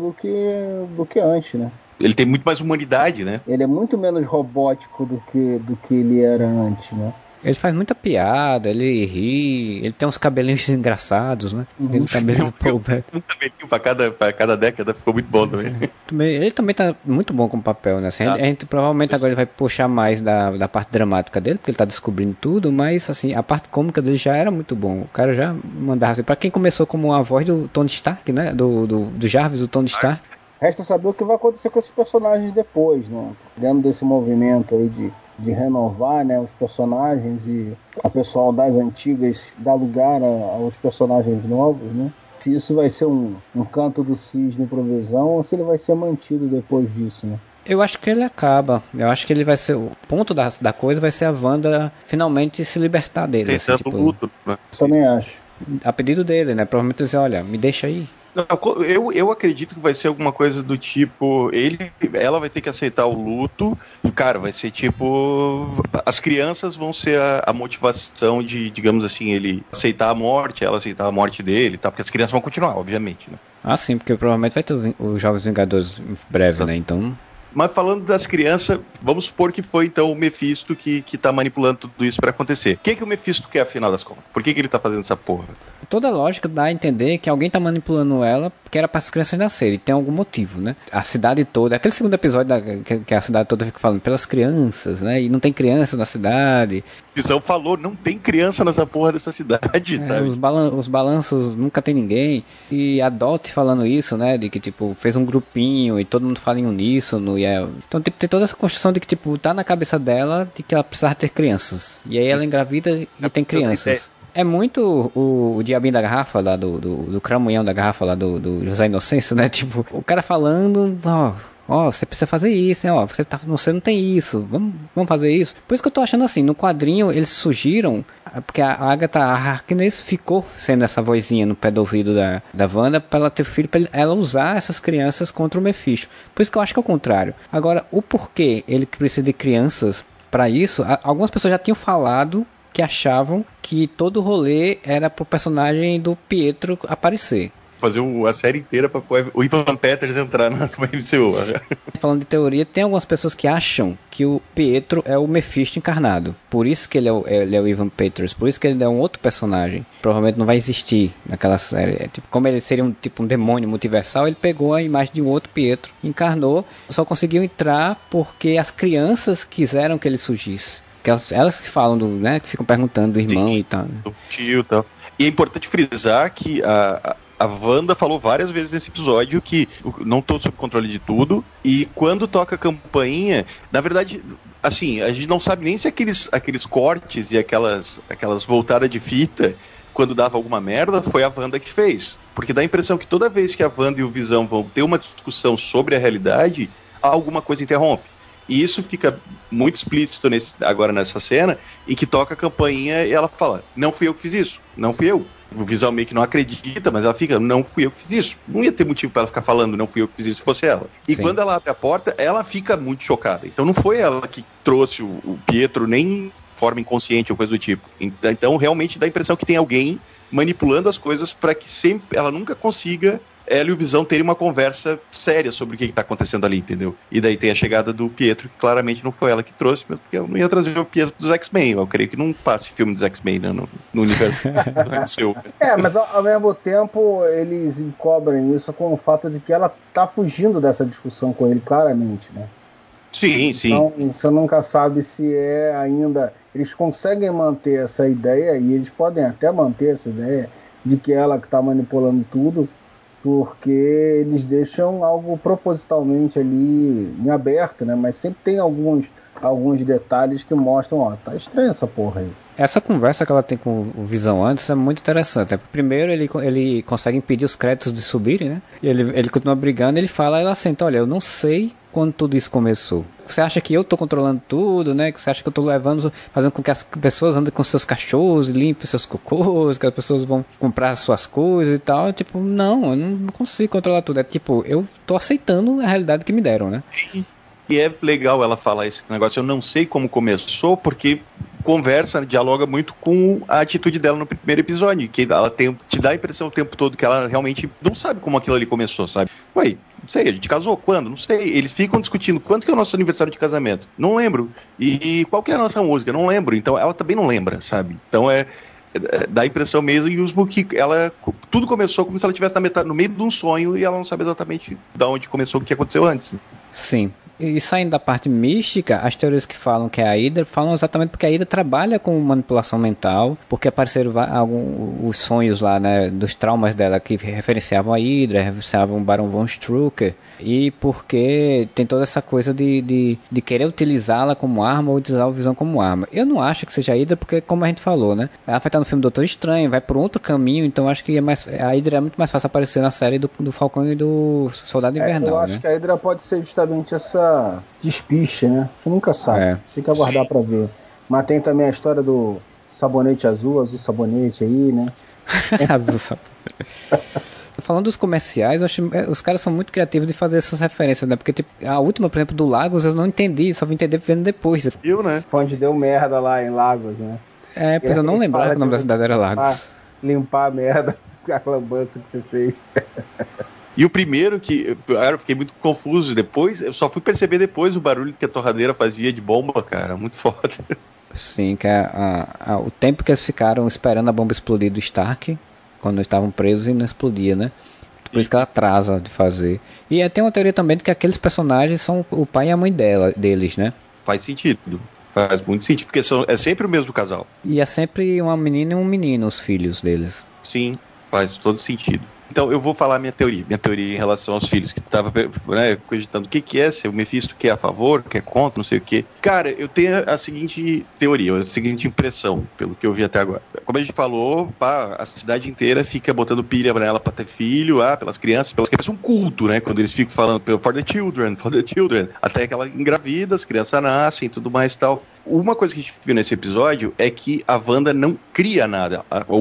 do que antes, né? Ele tem muito mais humanidade, né? Ele é muito menos robótico do que ele era antes, né? Ele faz muita piada, ele ri, ele tem uns cabelinhos engraçados, né? Aquele cabelo um cabelinho pra cada década, ficou muito bom também. Ele também tá muito bom com o papel, né? Assim, a gente provavelmente agora ele vai puxar mais da parte dramática dele, porque ele tá descobrindo tudo, mas assim, a parte cômica dele já era muito bom. O cara já mandava assim, pra quem começou como a voz do Tony Stark, né? Do Jarvis, do Tony Stark. Resta saber o que vai acontecer com esses personagens depois, né? Dentro desse movimento aí de renovar, né, os personagens, e a pessoal das antigas dá lugar aos personagens novos, né? Se isso vai ser um canto do cisne pro Visão ou se ele vai ser mantido depois disso, né? Eu acho que ele acaba. Eu acho que ele vai ser... O ponto da coisa vai ser a Wanda finalmente se libertar dele. Tem assim, tanto tipo, luto, né? Também acho. A pedido dele, né? Provavelmente dizer, olha, me deixa aí. Não, eu acredito que vai ser alguma coisa do tipo, ela vai ter que aceitar o luto, cara, vai ser tipo, as crianças vão ser a motivação de, digamos assim, ele aceitar a morte, ela aceitar a morte dele, tá? Porque as crianças vão continuar, obviamente, né? Ah, sim, porque provavelmente vai ter os Jovens Vingadores em breve, né? Então... Mas falando das crianças, vamos supor que foi então o Mephisto que tá manipulando tudo isso pra acontecer. O que o Mephisto quer, afinal das contas? Por que ele tá fazendo essa porra? Toda a lógica dá a entender que alguém tá manipulando ela porque era para as crianças nascerem. Tem algum motivo, né? A cidade toda... Aquele segundo episódio que a cidade toda fica falando pelas crianças, né? E não tem criança na cidade. Visão falou, não tem criança nessa porra dessa cidade, sabe? Os balanços nunca tem ninguém. E a Dot falando isso, né? De que, tipo, fez um grupinho e todo mundo fala em uníssono. Então, tipo, tem toda essa construção de que, tipo, tá na cabeça dela de que ela precisava ter crianças. E aí ela engravida e tem crianças. É muito o diabinho da garrafa lá, do cramunhão da garrafa lá do José Inocêncio, né? Tipo, o cara falando, ó, você precisa fazer isso, hein? Ó, você não tem isso, vamos fazer isso. Por isso que eu tô achando assim, no quadrinho eles surgiram, porque a Agatha Harkness ficou sendo essa vozinha no pé do ouvido da Wanda pra ela ter filho, pra ela usar essas crianças contra o Mephisto. Por isso que eu acho que é o contrário. Agora, o porquê ele precisa de crianças pra isso, algumas pessoas já tinham falado que achavam que todo o rolê era pro personagem do Pietro aparecer. Fazer a série inteira pra o Ivan Peters entrar no MCU. Falando de teoria, tem algumas pessoas que acham que o Pietro é o Mephisto encarnado. Por isso que ele é o Ivan Peters. Por isso que ele é um outro personagem. Provavelmente não vai existir naquela série. Tipo, como ele seria um demônio multiversal, ele pegou a imagem de um outro Pietro, encarnou. Só conseguiu entrar porque as crianças quiseram que ele surgisse. Que elas que falam né, que ficam perguntando do irmão. Sim, e tal. Do tio e tal. E é importante frisar que a Wanda falou várias vezes nesse episódio que não tô sob controle de tudo, e quando toca a campainha, na verdade, assim, a gente não sabe nem se aqueles cortes e aquelas voltadas de fita, quando dava alguma merda, foi a Wanda que fez. Porque dá a impressão que toda vez que a Wanda e o Visão vão ter uma discussão sobre a realidade, alguma coisa interrompe. E isso fica muito explícito agora nessa cena, em que toca a campainha e ela fala, não fui eu que fiz isso, não fui eu. O Visão meio que não acredita, mas ela fica, não fui eu que fiz isso. Não ia ter motivo para ela ficar falando, não fui eu que fiz isso, se fosse ela. E quando ela abre a porta, ela fica muito chocada. Então não foi ela que trouxe o Pietro, nem de forma inconsciente ou coisa do tipo. Então realmente dá a impressão que tem alguém manipulando as coisas para que sempre ela nunca consiga ela e o Visão terem uma conversa séria sobre o que está acontecendo ali, entendeu? E daí tem a chegada do Pietro, que claramente não foi ela que trouxe, mas porque eu não ia trazer o Pietro dos X-Men. Eu creio que não passe filme dos X-Men, né, no universo seu. Mas ao mesmo tempo eles encobrem isso com o fato de que ela tá fugindo dessa discussão com ele, claramente, né? Sim, sim. Então você nunca sabe se é ainda... Eles conseguem manter essa ideia, e eles podem até manter essa ideia de que ela que tá manipulando tudo, porque eles deixam algo propositalmente ali em aberto, né? Mas sempre tem alguns detalhes que mostram, ó, tá estranha essa porra aí. Essa conversa que ela tem com o Visão antes é muito interessante. Primeiro ele consegue impedir os créditos de subirem, né? E ele continua brigando, ele fala, ela senta, olha, eu não sei quando tudo isso começou. Você acha que eu tô controlando tudo, né? Você acha que eu tô fazendo com que as pessoas andem com seus cachorros, limpem seus cocôs, que as pessoas vão comprar suas coisas e tal? Tipo, não, eu não consigo controlar tudo. É tipo, eu tô aceitando a realidade que me deram, né? E é legal ela falar esse negócio, eu não sei como começou, porque conversa, dialoga muito com a atitude dela no primeiro episódio, que ela te dá a impressão o tempo todo que ela realmente não sabe como aquilo ali começou, sabe? Ué, não sei, a gente casou quando? Não sei. Eles ficam discutindo quando que é o nosso aniversário de casamento. Não lembro. E qual que é a nossa música? Não lembro. Então ela também não lembra, sabe? Então dá a impressão mesmo que tudo começou como se ela estivesse no meio de um sonho e ela não sabe exatamente de onde começou, o que aconteceu antes. Sim. E saindo da parte mística, as teorias que falam que é a Hydra falam exatamente porque a Hydra trabalha com manipulação mental, porque apareceram os sonhos lá, né, dos traumas dela que referenciavam a Hydra, referenciavam o Baron von Strucker, e porque tem toda essa coisa de querer utilizá-la como arma ou utilizar o Visão como arma. Eu não acho que seja a Hydra porque, como a gente falou, né, ela vai estar no filme Doutor Estranho, vai por outro caminho, então acho que a Hydra é muito mais fácil aparecer na série do Falcão e do Soldado Invernal. Eu acho que a Hydra pode ser justamente essa despiche, né? Você nunca sabe. Tem que aguardar pra ver. Mas tem também a história do sabonete azul sabonete aí, né? Azul sabonete. Falando dos comerciais, eu acho os caras são muito criativos de fazer essas referências, né? Porque tipo, a última, por exemplo, do Lagos, eu não entendi, só vim entender vendo depois. Viu, né? Onde deu merda lá em Lagos, né? Pois eu não lembrava que o nome da cidade era Lagos. Limpar a merda com a lambança que você fez. E o primeiro que eu fiquei muito confuso depois, eu só fui perceber depois o barulho que a torradeira fazia de bomba, cara, muito foda. Sim, que o tempo que eles ficaram esperando a bomba explodir do Stark, quando eles estavam presos e não explodia, né? Por isso que ela atrasa de fazer. E tem uma teoria também de que aqueles personagens são o pai e a mãe deles, né? Faz sentido. Faz muito sentido, porque é sempre o mesmo casal. E é sempre uma menina e um menino, os filhos deles. Sim, faz todo sentido. Então eu vou falar minha teoria em relação aos filhos, que tava, né, cogitando o que é, se o Mephisto quer a favor, quer contra, não sei o que. Cara, eu tenho a seguinte teoria, a seguinte impressão, pelo que eu vi até agora. Como a gente falou, a cidade inteira fica botando pilha pra ela pra ter filho, pelas crianças, um culto, né, quando eles ficam falando for the children, até que ela engravida, as crianças nascem e tudo mais e tal. Uma coisa que a gente viu nesse episódio é que a Wanda não cria nada.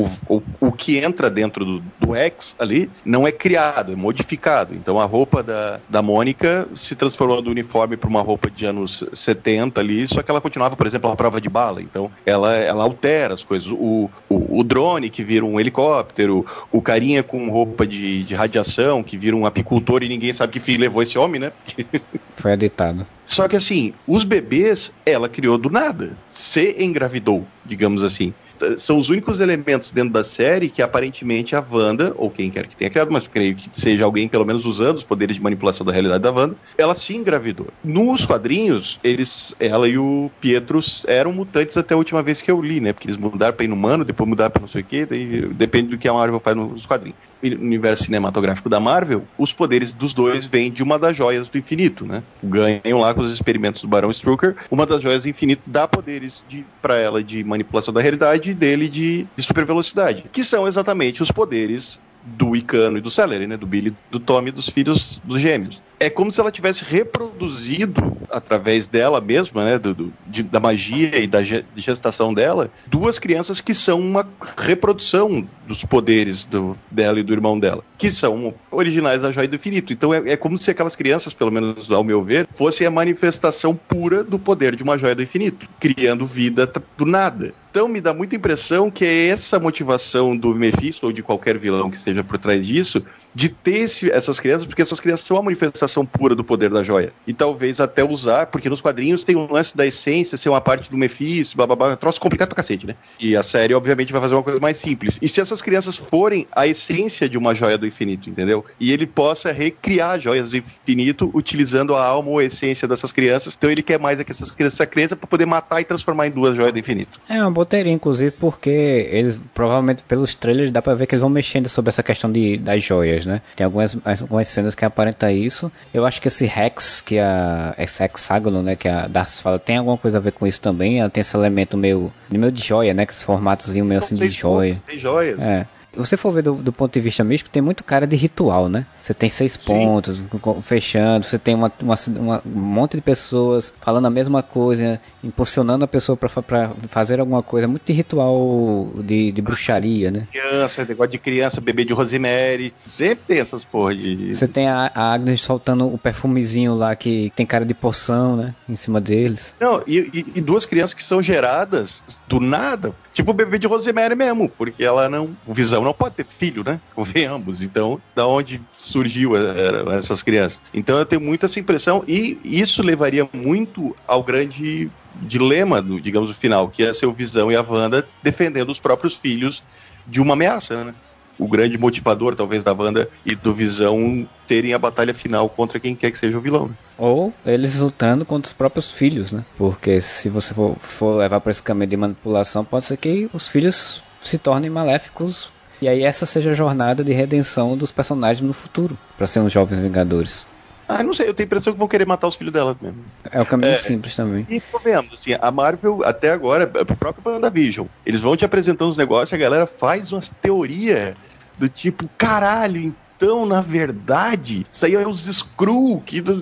O que entra dentro do X ali não é criado, é modificado. Então a roupa da Mônica se transformou do uniforme para uma roupa de anos 70 ali, só que ela continuava, por exemplo, a prova de bala. Então ela altera as coisas. O drone que vira um helicóptero, o carinha com roupa de radiação que vira um apicultor e ninguém sabe que fim levou esse homem, né? Foi editado. Só que assim, os bebês ela criou do nada. Se engravidou, digamos assim. São os únicos elementos dentro da série que aparentemente a Wanda, ou quem quer que tenha criado, mas creio que seja alguém pelo menos usando os poderes de manipulação da realidade da Wanda, ela se engravidou. Nos quadrinhos, ela e o Pietro eram mutantes até a última vez que eu li, né? Porque eles mudaram pra inumano, depois mudaram pra não sei o quê, daí depende do que a Marvel faz nos quadrinhos. No universo cinematográfico da Marvel, os poderes dos dois vêm de uma das joias do infinito, né? Ganham lá com os experimentos do Barão Strucker, uma das joias do infinito dá poderes pra ela de manipulação da realidade e dele de super velocidade, que são exatamente os poderes do Icano e do Celery, né? Do Billy, do Tommy, dos filhos dos gêmeos. É como se ela tivesse reproduzido, através dela mesma, né, da magia e da gestação dela, duas crianças que são uma reprodução dos poderes dela e do irmão dela, que são originais da Joia do Infinito. Então é como se aquelas crianças, pelo menos ao meu ver, fossem a manifestação pura do poder de uma Joia do Infinito, criando vida do nada. Então me dá muita impressão que é essa motivação do Mephisto, ou de qualquer vilão que esteja por trás disso, de ter essas crianças, porque essas crianças são a manifestação pura do poder da joia. E talvez até usar, porque nos quadrinhos tem um lance da essência ser uma parte do Mephisto, blá, troço complicado pra cacete, né? E a série, obviamente, vai fazer uma coisa mais simples. E se essas crianças forem a essência de uma joia do infinito, entendeu? E ele possa recriar joias do infinito utilizando a alma ou a essência dessas crianças. Então ele quer mais é que essas crianças se cresçam pra poder matar e transformar em duas joias do infinito. É uma boa teoria, inclusive, porque eles, provavelmente, pelos trailers, dá pra ver que eles vão mexendo sobre essa questão das joias, né? Tem algumas cenas que aparentam isso. Eu acho que esse Hex, esse hexágono, né, que a Darcy fala, tem alguma coisa a ver com isso também. Ela tem esse elemento meio de joia, né, que esse formatozinho meio assim de joia. Tem joias. É. Se você for ver do ponto de vista místico, tem muito cara de ritual, né? Você tem 6 pontos, fechando, você tem um monte de pessoas falando a mesma coisa, impulsionando a pessoa pra fazer alguma coisa, muito de ritual de bruxaria, né? Negócio de criança, bebê de Rosemary, sempre tem essas porra de... Você tem a Agnes soltando o perfumezinho lá que tem cara de poção, né? Em cima deles. Não, e duas crianças que são geradas do nada, tipo o bebê de Rosemary mesmo, porque ela o Visão não pode ter filho, né? Convenhamos. Então, da onde surgiu essas crianças? Então eu tenho muito essa impressão, e isso levaria muito ao grande dilema, digamos, do final, que ia ser o Visão e a Wanda defendendo os próprios filhos de uma ameaça, né? O grande motivador, talvez, da Wanda e do Visão terem a batalha final contra quem quer que seja o vilão, né? Ou eles lutando contra os próprios filhos, né? Porque se você for levar para esse caminho de manipulação, pode ser que os filhos se tornem maléficos. E aí essa seja a jornada de redenção dos personagens no futuro, para ser uns jovens Vingadores. Não sei, eu tenho a impressão que vão querer matar os filhos dela mesmo. É o caminho simples também. E vemos, assim, a Marvel, até agora, o próprio WandaVision, eles vão te apresentando os negócios e a galera faz umas teorias do tipo, caralho, então, na verdade, isso aí é os Skrull,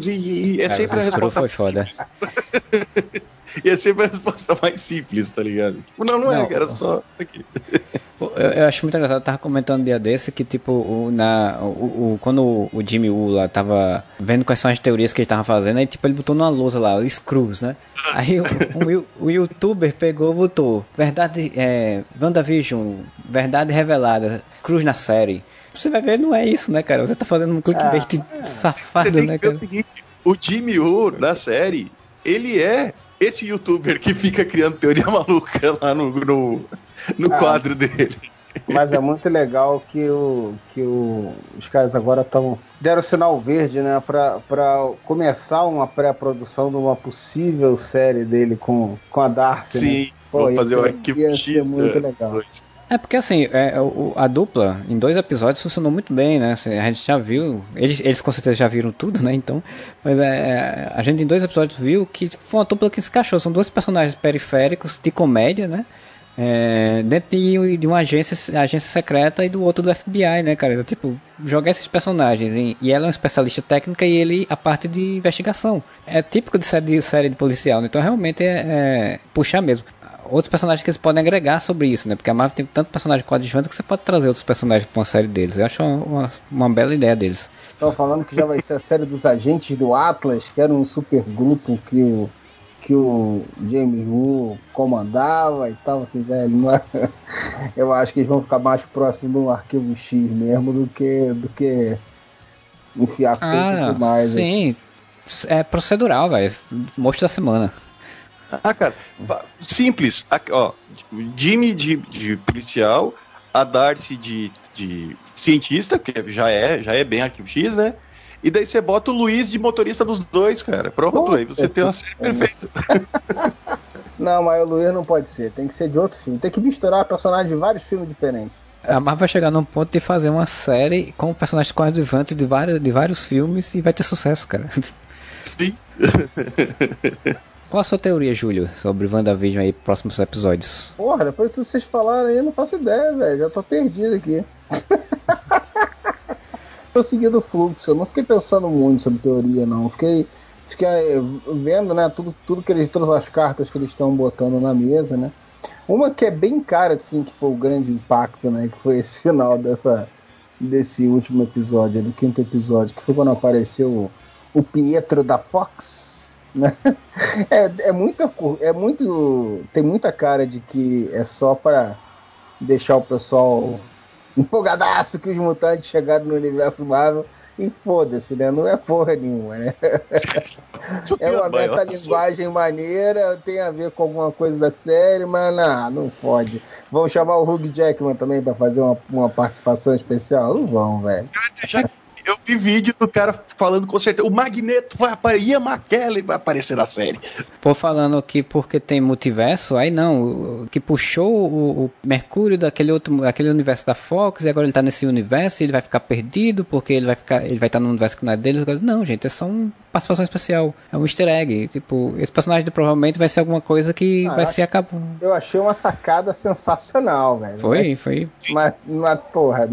e é sempre a resposta foi foda. E é sempre a resposta mais simples, tá ligado? Tipo, não é, era só aqui. Eu acho muito engraçado, eu tava comentando um dia desse que, tipo, quando o Jimmy Woo lá tava vendo quais são as teorias que ele tava fazendo, aí, tipo, ele botou numa lousa lá, os Screws, né? Aí o youtuber pegou e botou, WandaVision, verdade revelada, Cruz na série. Você vai ver, não é isso, né, cara? Você tá fazendo um clickbait safado, Você tem né, que ver cara? o seguinte, o Jimmy Woo, na série, ele é esse youtuber que fica criando teoria maluca lá no quadro dele. Mas é muito legal que os caras agora deram o sinal verde, né, pra começar uma pré-produção de uma possível série dele com a Darcy. Sim, né? Pô, vou fazer o ia arquivo ser X. muito legal. É porque assim, a dupla, em 2 episódios, funcionou muito bem, né? Assim, a gente já viu, eles com certeza já viram tudo, né? Então, mas a gente em 2 episódios viu que foi uma dupla que se encaixou. São 2 personagens periféricos de comédia, né? Dentro de uma agência secreta e do outro do FBI, né, cara? Tipo, jogar esses personagens e ela é uma especialista técnica e ele a parte de investigação. É típico de série de policial, né? Então realmente é puxar mesmo. Outros personagens que eles podem agregar sobre isso, né? Porque a Marvel tem tanto personagem coadjuvante que você pode trazer outros personagens para uma série deles. Eu acho uma bela ideia deles. Estão falando que já vai ser a série dos agentes do Atlas, que era um super grupo que o James Woo comandava e tal, assim, velho. Não é... Eu acho que eles vão ficar mais próximos do Arquivo X mesmo do que enfiar coisas demais. Sim, é procedural, velho. Monstro da semana. Ah, cara, simples. Ó, o Jimmy de policial, a Darcy de cientista, que já é bem Arquivo X, né? E daí você bota o Luiz de motorista dos dois, cara. Pronto, aí você tem uma série perfeita. Não, mas o Luiz não pode ser. Tem que ser de outro filme. Tem que misturar personagens de vários filmes diferentes. A Marvel vai chegar num ponto de fazer uma série com personagens coadjuvantes de vários filmes e vai ter sucesso, cara. Sim. Qual a sua teoria, Júlio, sobre WandaVision aí, próximos episódios? Porra, depois de tudo que vocês falaram aí, eu não faço ideia, velho. Já tô perdido aqui. Tô seguindo o fluxo, eu não fiquei pensando muito sobre teoria, não. Fiquei vendo, né, todas as cartas que eles estão botando na mesa, né. Uma que é bem cara, assim, que foi o grande impacto, né, que foi esse final desse último episódio, do 5º episódio, que foi quando apareceu o Pietro da Fox, né. Tem muita cara de que é só para deixar o pessoal empolgadaço que os mutantes chegaram no universo Marvel e foda-se, né? Não é porra nenhuma, né? É uma metalinguagem maneira, tem a ver com alguma coisa da série, mas não fode. Vão chamar o Hugh Jackman também pra fazer uma participação especial? Não vão, velho. Eu vi vídeo do cara falando com certeza, o Magneto vai aparecer, Ian McKellen vai aparecer na série. Pô, falando que porque tem multiverso, aí não, o que puxou o Mercúrio daquele universo da Fox, e agora ele tá nesse universo e ele vai ficar perdido, porque ele vai estar no universo que não é dele. Não, gente, é só uma participação especial, é um easter egg, tipo, esse personagem provavelmente vai ser alguma coisa que vai ser acabado. Eu achei uma sacada sensacional, velho. Foi. Mas porra,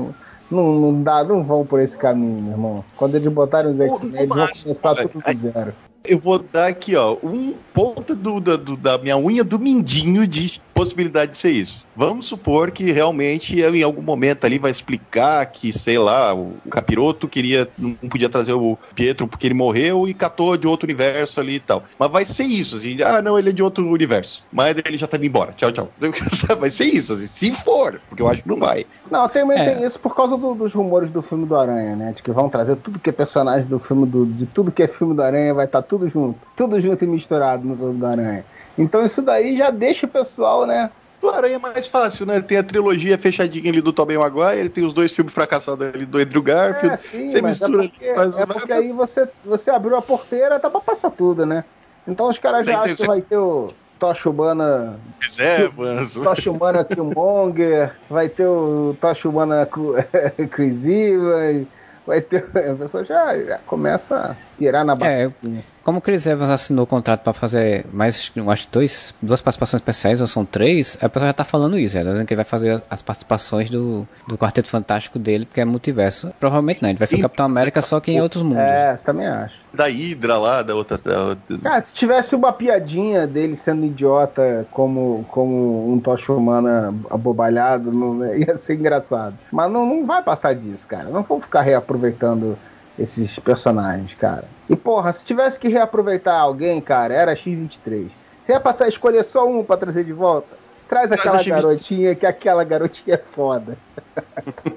não vão por esse caminho, meu irmão. Quando eles botarem os X-Men, eles vão começar tudo do zero. Eu vou dar aqui, ó, um ponto da minha unha do mindinho de possibilidade de ser isso. Vamos supor que realmente em algum momento ali vai explicar que, sei lá, o Capiroto não podia trazer o Pietro porque ele morreu e catou de outro universo ali e tal. Mas vai ser isso, assim, não, ele é de outro universo. Mas ele já tá indo embora, tchau. Vai ser isso, assim, se for, porque eu acho que não vai. Não, também tem isso por causa dos rumores do filme do Aranha, né? De que vão trazer tudo que é personagem do filme de tudo que é filme do Aranha, vai estar tudo junto e misturado no filme do Aranha. Então isso daí já deixa o pessoal, né? Do Aranha é mais fácil, né? Tem a trilogia fechadinha ali do Tobey Maguire, tem os 2 filmes fracassados ali do Andrew Garfield. Sim, você mistura ali, faz porque aí você abriu a porteira, tá pra passar tudo, né? Então os caras já acham que vai ter o Tocha Humana Reservas. Tocha Humana Killmonger, vai ter o Tocha Humana Chris Evans, vai ter. A pessoa já começa a pirar na barra. Como o Chris Evans assinou o contrato para fazer mais, eu acho, duas participações especiais, ou são 3, a pessoa já tá falando isso, já tá dizendo que ele vai fazer as participações do Quarteto Fantástico dele, porque é multiverso. Provavelmente não, ele vai ser o Capitão América só que em outros mundos. Você também acha. Da Hydra lá, da outra... Cara, se tivesse uma piadinha dele sendo idiota como um Tocha Humana abobalhado, ia ser engraçado. Mas não vai passar disso, cara. Não vou ficar reaproveitando esses personagens, cara. E porra, se tivesse que reaproveitar alguém, cara, era X-23. Se é pra escolher só um pra trazer de volta, traz aquela garotinha, que aquela garotinha é foda.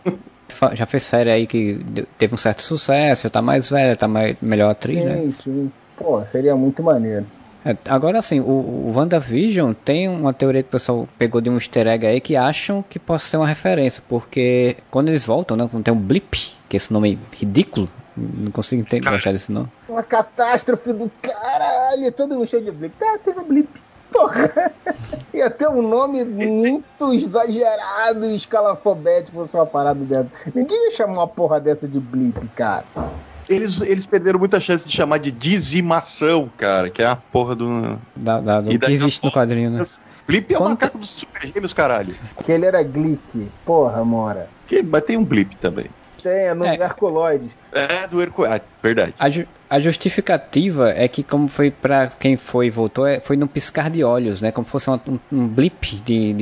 já fez série aí que teve um certo sucesso, já tá mais velha, tá melhor atriz, né? Sim. Pô, seria muito maneiro. Agora assim, o WandaVision tem uma teoria que o pessoal pegou de um easter egg aí que acham que possa ser uma referência, porque quando eles voltam, né, quando tem um blip, que é esse nome ridículo, não consigo entender, gostar desse nome. Uma catástrofe do caralho, todo mundo cheio de blip. Teve um blip. Porra, ia ter um nome muito exagerado e escalafobético pra sua parada dessa. Ninguém ia chamar uma porra dessa de blip, cara. Eles perderam muita chance de chamar de dizimação, cara, que é a porra do que existe no quadrinho, né? Blip é o macaco dos super gêmeos, caralho. Que ele era Glick. Porra, Mora. Mas tem um Blip também. Tem, no Herculoides. Do Herculoides, verdade. A justificativa é que, como foi pra quem foi e voltou, foi num piscar de olhos, né? Como se fosse um blip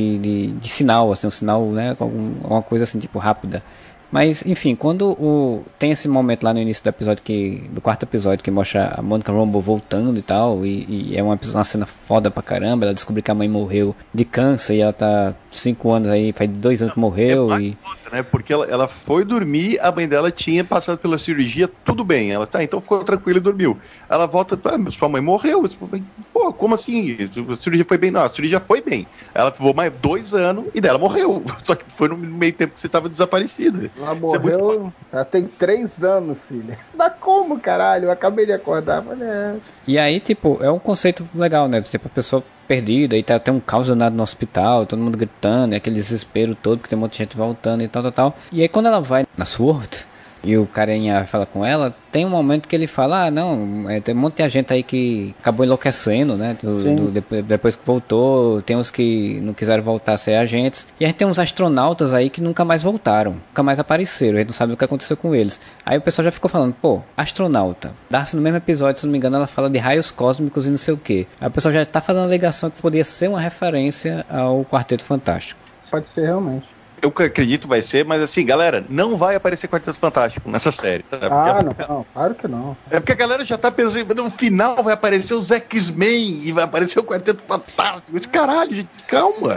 de sinal, assim, um sinal, né? Uma coisa assim, tipo, rápida. Mas, enfim, quando tem esse momento lá no início do episódio, do quarto episódio, que mostra a Monica Rambeau voltando e tal, e é uma cena foda pra caramba, ela descobre que a mãe morreu de câncer, e ela tá 5 anos aí, faz 2 anos que morreu. Né? Porque ela foi dormir, a mãe dela tinha passado pela cirurgia, tudo bem. Ela, então ficou tranquila e dormiu. Ela volta, sua mãe morreu. Pô, como assim? A cirurgia foi bem? Não, a cirurgia foi bem. Ela ficou mais 2 anos e dela morreu. Só que foi no meio tempo que você tava desaparecida. Ela morreu, ela tem 3 anos, filha. Dá como, caralho? Eu acabei de acordar. E aí, tipo, é um conceito legal, né? Tipo, a pessoa perdida, e tem um caos danado no hospital, todo mundo gritando, aquele desespero todo, que tem um monte de gente voltando e tal. E aí quando ela vai na SWORD, e o carinha fala com ela, tem um momento que ele fala, tem um monte de gente aí que acabou enlouquecendo, né, depois que voltou, tem uns que não quiseram voltar a ser agentes, e a gente tem uns astronautas aí que nunca mais voltaram, nunca mais apareceram, a gente não sabe o que aconteceu com eles. Aí o pessoal já ficou falando, astronauta, Darcy no mesmo episódio, se não me engano, ela fala de raios cósmicos e não sei o que. Aí o pessoal já tá fazendo a alegação que poderia ser uma referência ao Quarteto Fantástico. Pode ser realmente. Eu acredito que vai ser, mas assim, galera, não vai aparecer Quarteto Fantástico nessa série. Tá? Não, claro que não. É porque a galera já tá pensando, no final vai aparecer os X-Men e vai aparecer o Quarteto Fantástico. Esse caralho, gente, calma.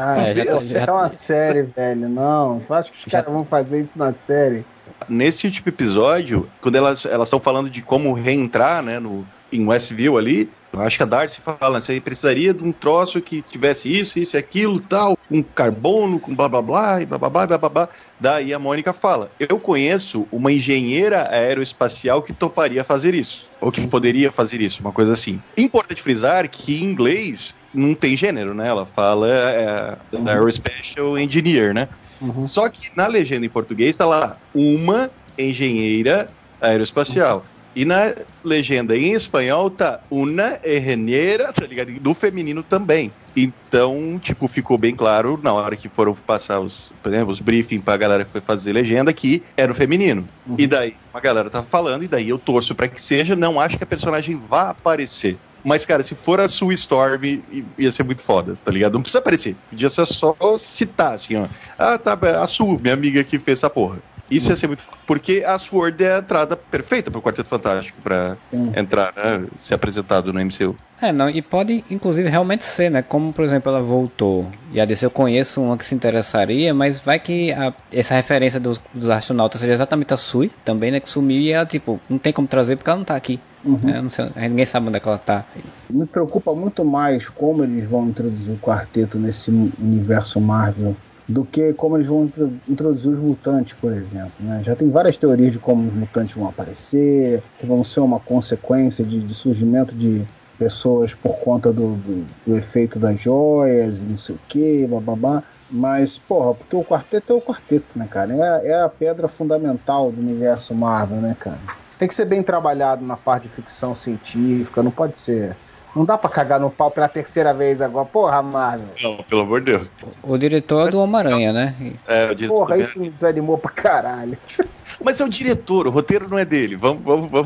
Já tá uma série, velho, não. Tu acha que os caras vão fazer isso na série? Nesse último episódio, quando elas estão falando de como reentrar, né, em Westview ali, eu acho que a Darcy fala, você precisaria de um troço que tivesse isso e aquilo, tal, com carbono, com blá blá blá, e blá blá blá, blá blá blá. Daí a Mônica fala, eu conheço uma engenheira aeroespacial que toparia fazer isso, ou que poderia fazer isso, uma coisa assim. Importante frisar que em inglês não tem gênero, né? Ela fala Aerospatial Engineer, né? Só que na legenda em português tá lá, uma engenheira aeroespacial. E na legenda em espanhol tá una engenheira, tá ligado? Do feminino também. Então, tipo, ficou bem claro na hora que foram passar os briefings pra galera que foi fazer legenda que era o feminino. E daí a galera tava falando, e daí eu torço pra que seja, não acho que a personagem vá aparecer. Mas, cara, se for a Sue Storm, ia ser muito foda, tá ligado? Não precisa aparecer. Podia ser só citar, assim, ó. Tá, a Sue, minha amiga que fez essa porra. Isso ia ser muito foda. Porque a SWORD é a entrada perfeita pro Quarteto Fantástico pra entrar, né? Ser apresentado no MCU. E pode, inclusive, realmente ser, né? Como, por exemplo, ela voltou. E a DC eu conheço uma que se interessaria, mas vai que essa referência dos astronautas seja exatamente a Sui, também, né? Que sumiu e ela, tipo, não tem como trazer porque ela não tá aqui. Não sei, ninguém sabe onde é que ela tá. Me preocupa muito mais como eles vão introduzir o quarteto nesse universo Marvel do que como eles vão introduzir os mutantes, por exemplo, né? Já tem várias teorias de como os mutantes vão aparecer, que vão ser uma consequência de surgimento de pessoas por conta do efeito das joias e não sei o que, bababá. Mas, porra, porque o quarteto é o quarteto, né, cara? É a pedra fundamental do universo Marvel, né, cara? Tem que ser bem trabalhado na parte de ficção científica, não pode ser... Não dá pra cagar no pau pela terceira vez agora. Porra, Marvel. Não, pelo amor de Deus. O diretor é do Homem-Aranha, né? O diretor. Porra, isso me desanimou pra caralho. Mas é o diretor, o roteiro não é dele. Vamos.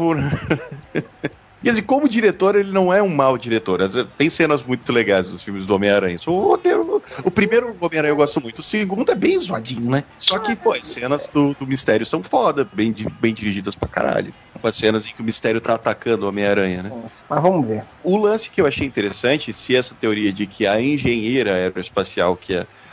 Quer dizer, como diretor, ele não é um mau diretor. Tem cenas muito legais nos filmes do Homem-Aranha. O primeiro Homem-Aranha eu gosto muito. O segundo é bem zoadinho, né? Só que, as cenas do Mistério são foda, bem dirigidas pra caralho. As cenas em que o Mistério tá atacando o Homem-Aranha, né? Mas vamos ver. O lance que eu achei interessante, se essa teoria de que a engenheira aeroespacial, que é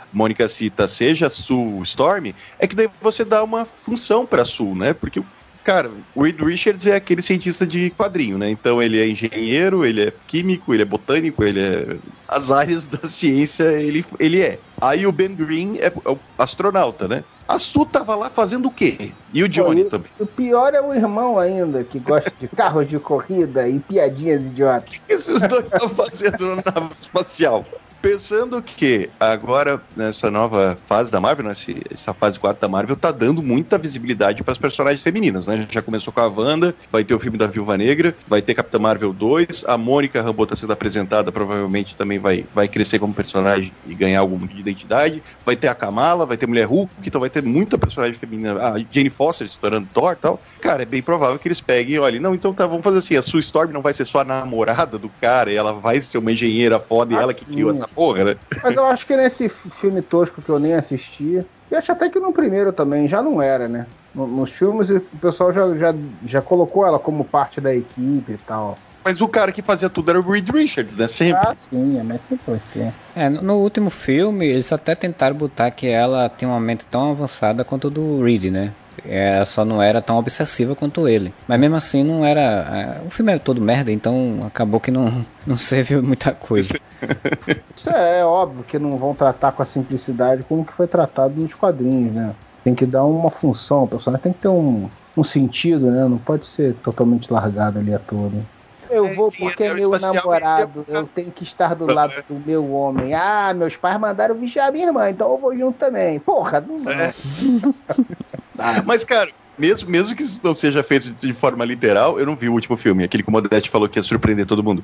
Mônica cita, seja Sue Storm, é que daí você dá uma função pra Sue, né? Porque, cara, o Reed Richards é aquele cientista de quadrinho, né? Então ele é engenheiro, ele é químico, ele é botânico, ele é... As áreas da ciência ele é. Aí o Ben Green é o astronauta, né? A Sue tava lá fazendo o quê? E o Johnny também. O pior é o irmão ainda, que gosta de carros de corrida e piadinhas idiotas. O que esses dois estão fazendo na nave espacial? Pensando que agora, nessa nova fase da Marvel, essa fase 4 da Marvel, tá dando muita visibilidade para as personagens femininas, né? Já começou com a Wanda, vai ter o filme da Viúva Negra, vai ter Capitã Marvel 2, a Mônica Rambeau tá sendo apresentada, provavelmente também vai crescer como personagem e ganhar algum de identidade, vai ter a Kamala, vai ter Mulher Hulk, então vai ter muita personagem feminina, a Jane Foster se tornando Thor e tal. Cara, é bem provável que eles peguem e olhem, não, então tá, vamos fazer assim, a Sue Storm não vai ser só a namorada do cara, e ela vai ser uma engenheira foda e ela que criou essa porra, né? Mas eu acho que nesse filme tosco que eu nem assisti, e acho até que no primeiro também já não era, né? Nos filmes o pessoal já colocou ela como parte da equipe e tal. Mas o cara que fazia tudo era o Reed Richards, né? Sempre. Ah, sim, mas sempre foi assim. No último filme, eles até tentaram botar que ela tem uma mente tão avançada quanto o do Reed, né? Ela só não era tão obsessiva quanto ele. Mas mesmo assim não era... O filme é todo merda, então acabou que não serviu muita coisa. Isso é óbvio que não vão tratar com a simplicidade como que foi tratado nos quadrinhos, né? Tem que dar uma função, o personagem tem que ter um sentido, né? Não pode ser totalmente largado ali à toa. Eu vou porque é meu namorado, eu tenho que estar do lado do meu homem. Ah, meus pais mandaram vigiar minha irmã, então eu vou junto também. Porra, não é. Mas, cara, mesmo que isso não seja feito de forma literal, eu não vi o último filme, aquele que o Modeste falou que ia surpreender todo mundo.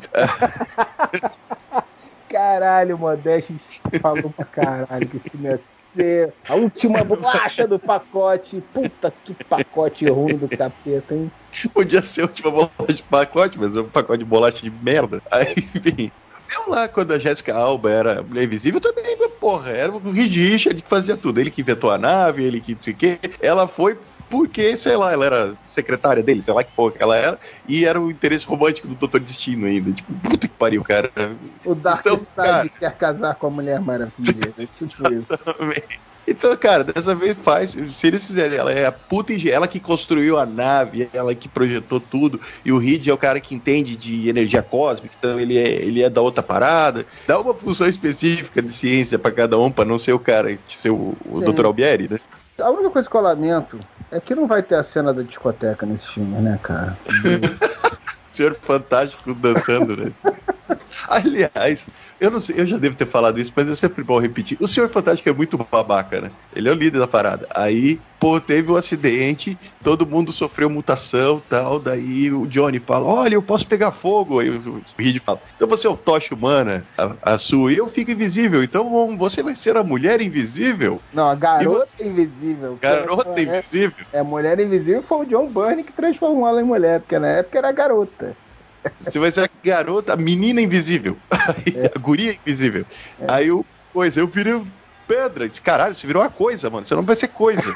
Caralho, Modeste falou pra caralho que esse filme ia ser a última bolacha do pacote. Puta que pacote ruim do capeta, hein? Podia ser a última bolacha de pacote, mas é um pacote de bolacha de merda. Aí, enfim... Eu lá, quando a Jessica Alba era Mulher Invisível, também, porra, era o Reed Richards que fazia tudo. Ele que inventou a nave, ele que não sei o quê. Ela foi porque, sei lá, ela era secretária dele, sei lá que porra que ela era, e era o interesse romântico do Dr. Destino ainda. Tipo, puta que pariu, cara. O Darkseid quer casar com a Mulher Maravilha. Exatamente. Então, cara, dessa vez se eles fizerem, ela é a puta ela que construiu a nave, ela que projetou tudo, e o Reed é o cara que entende de energia cósmica, então ele é da outra parada. Dá uma função específica de ciência pra cada um, pra não ser o cara, ser o Dr. Albieri, né? A única coisa que eu lamento é que não vai ter a cena da discoteca nesse filme, né, cara? Senhor Fantástico dançando, né? Aliás, eu não sei, eu já devo ter falado isso, mas é sempre bom repetir. O Senhor Fantástico é muito babaca, né? Ele é o líder da parada. Aí, teve um acidente, todo mundo sofreu mutação e tal. Daí o Johnny fala: olha, eu posso pegar fogo. Aí o Reed fala: então você é o tocha humana, a sua, e eu fico invisível. Então você vai ser a mulher invisível? Não, a garota invisível. Garota invisível? A mulher invisível foi o John Byrne que transformou ela em mulher, porque na época era garota. Você vai ser a garota, a menina invisível. A guria invisível. Aí eu virei pedra. Disse, caralho, você virou uma coisa, mano. Você não vai ser coisa.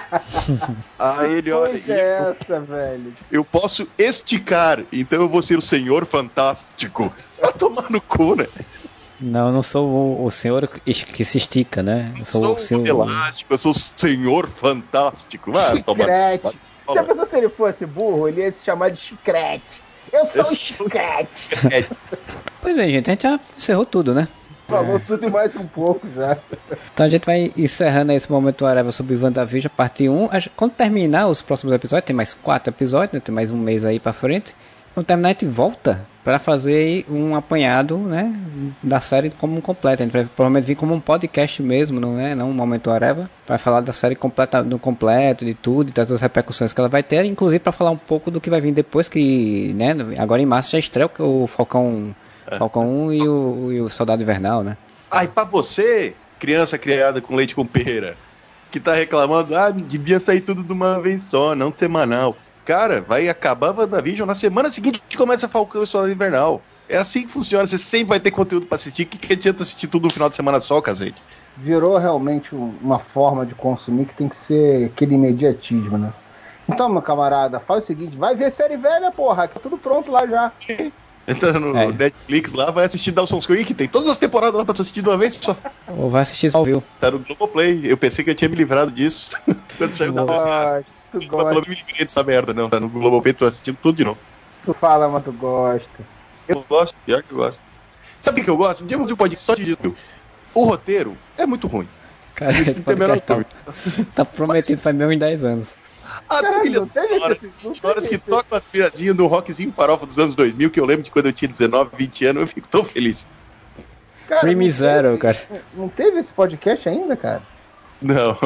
Aí ele olha. Essa, velho. Eu posso esticar, então eu vou ser o Senhor Fantástico. Vai tomar no cu, né? Não, eu não sou o senhor que se estica, né? Eu sou o senhor elástico, eu sou o Senhor Fantástico. Vai tomar. Chicrete. Se a pessoa, se ele fosse burro, ele ia se chamar de Chicrete. Eu sou o Chicrete. Pois bem, gente, a gente já encerrou tudo, né? Falou tudo e mais um pouco já. Então a gente vai encerrando esse momento Areva sobre WandaVision, parte 1. Quando terminar os próximos episódios, tem mais 4 episódios, né? Tem mais um mês aí pra frente. Quando terminar, a gente volta para fazer um apanhado, né, da série como um completo. A gente vai provavelmente vir como um podcast mesmo, não é? Não um momento Areva, para falar da série completa, do completo, de tudo, e das repercussões que ela vai ter, inclusive para falar um pouco do que vai vir depois, que, né, agora em março já estreia o Falcão 1 e o Soldado Invernal, né? Ai, para você, criança criada com leite com pera, que tá reclamando, devia sair tudo de uma vez só, não semanal. Cara, vai acabar a WandaVision, na semana seguinte começa Falcão e o Soldado Invernal. É assim que funciona, você sempre vai ter conteúdo pra assistir. O que adianta assistir tudo no final de semana só, cacete? Virou realmente uma forma de consumir que tem que ser aquele imediatismo, né? Então, meu camarada, faz o seguinte, vai ver série velha, porra, que tá tudo pronto lá já. Entra no Netflix lá, vai assistir Dawson's Creek, tem todas as temporadas lá pra tu assistir de uma vez só. Ou vai assistir Smallville. Tá no Globoplay. Eu pensei que eu tinha me livrado disso quando saiu da vez. Mas pelo menos me livrei dessa merda, não. Tá no Globoplay, tô assistindo tudo de novo. Tu fala, mas tu gosta. Eu gosto, pior que eu gosto. Sabe o que eu gosto? Um dia eu vou fazer um podcast só disso. O roteiro é muito ruim. Cara, esse podcast tá prometido faz menos de 10 anos. A trilha sonora, horas que toca a trilhazinha do rockzinho farofa dos anos 2000, que eu lembro de quando eu tinha 19, 20 anos, eu fico tão feliz. Creamy Zero, cara. Não teve esse podcast ainda, cara? Não.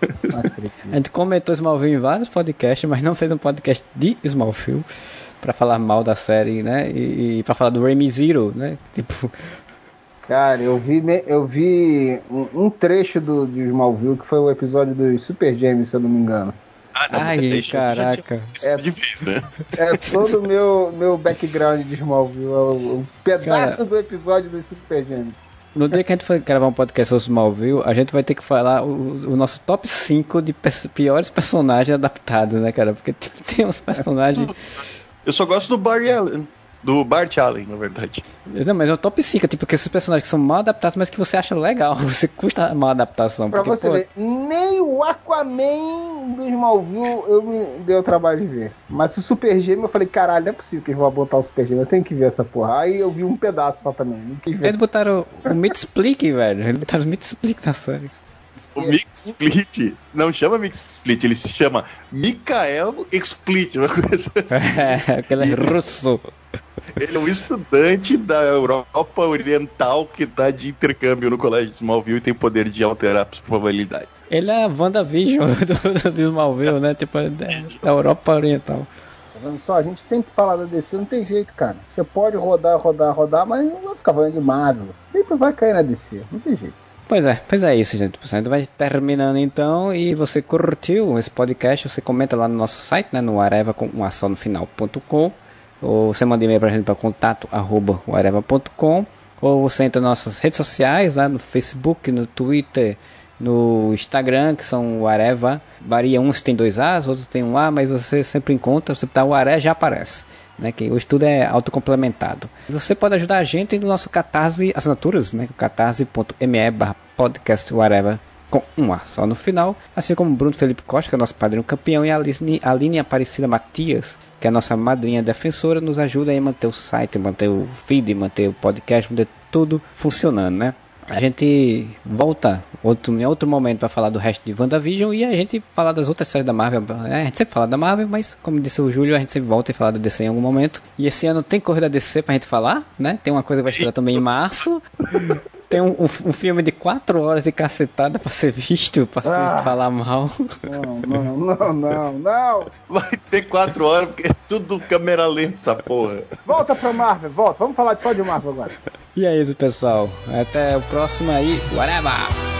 A gente comentou Smallville em vários podcasts, mas não fez um podcast de Smallville pra falar mal da série, né? E pra falar do Creamy Zero, né? Tipo... Cara, eu vi um trecho de Smallville, que foi o episódio dos Super Gêmeos, se eu não me engano. Ai, caraca. De vez, né? É todo o meu background de Smallville, um pedaço do episódio dos Super Gêmeos. No dia que a gente for gravar um podcast sobre Smallville, a gente vai ter que falar o nosso top 5 de piores personagens adaptados, né, cara? Porque tipo, tem uns personagens... Eu só gosto do Barry Allen. Do Bart Allen, na verdade. Não, mas é o top 5, tipo, que esses personagens que são mal adaptados, mas que você acha legal. Você custa a mal adaptação. Pra porque, você ver, nem o Aquaman do Smallville eu me deu trabalho de ver. Mas o Super Gêmeo eu falei, caralho, não é possível que eles vão botar o Super Gêmeo, eu tenho que ver essa porra. Aí eu vi um pedaço só também, não quis ver. Eles botaram o Meat Split, velho. Eles botaram o Meat Split na série. O Mix Split não chama Mix Split, ele se chama Mikael Split, uma coisa assim. É, aquele é russo. Ele é um estudante da Europa Oriental que tá de intercâmbio no colégio de Smallville e tem o poder de alterar as probabilidades. Ele é a WandaVision do Smallville, né? Tipo, da Europa Oriental. Tá vendo só? A gente sempre fala da DC, não tem jeito, cara. Você pode rodar, mas não vai ficar falando de Marvel. Sempre vai cair na DC, não tem jeito. Pois é isso, gente. A gente vai terminando então. E você curtiu esse podcast, você comenta lá no nosso site, né? No Areva com um só no final.com. Ou você manda e-mail pra gente para contato@areva.com. Ou você entra nas nossas redes sociais, lá no Facebook, no Twitter, no Instagram, que são o Areva. Varia, uns tem 2 As, outros tem 1 A, mas você sempre encontra, você tá o Areva, já aparece. Né, que hoje tudo é autocomplementado. Você pode ajudar a gente no nosso Catarse Assinaturas, né, catarse.me/podcastwhatever com 1 A só no final, assim como o Bruno Felipe Costa, que é nosso padrinho campeão, e a Aline Aparecida Matias, que é a nossa madrinha defensora, nos ajuda a manter o site, manter o feed, manter o podcast, manter tudo funcionando, né? A gente volta em outro momento para falar do resto de WandaVision e a gente falar das outras séries da Marvel. A gente sempre fala da Marvel, mas como disse o Júlio, a gente sempre volta e fala da DC em algum momento. E esse ano tem corrida DC pra gente falar, né? Tem uma coisa que vai estrear também em março. Tem um filme de 4 horas de cacetada pra ser visto, pra se falar mal. Não. Vai ter 4 horas, porque é tudo câmera lenta essa porra. Volta pra Marvel, volta. Vamos falar só de Marvel agora. E é isso, pessoal. Até o próximo aí. Whatever!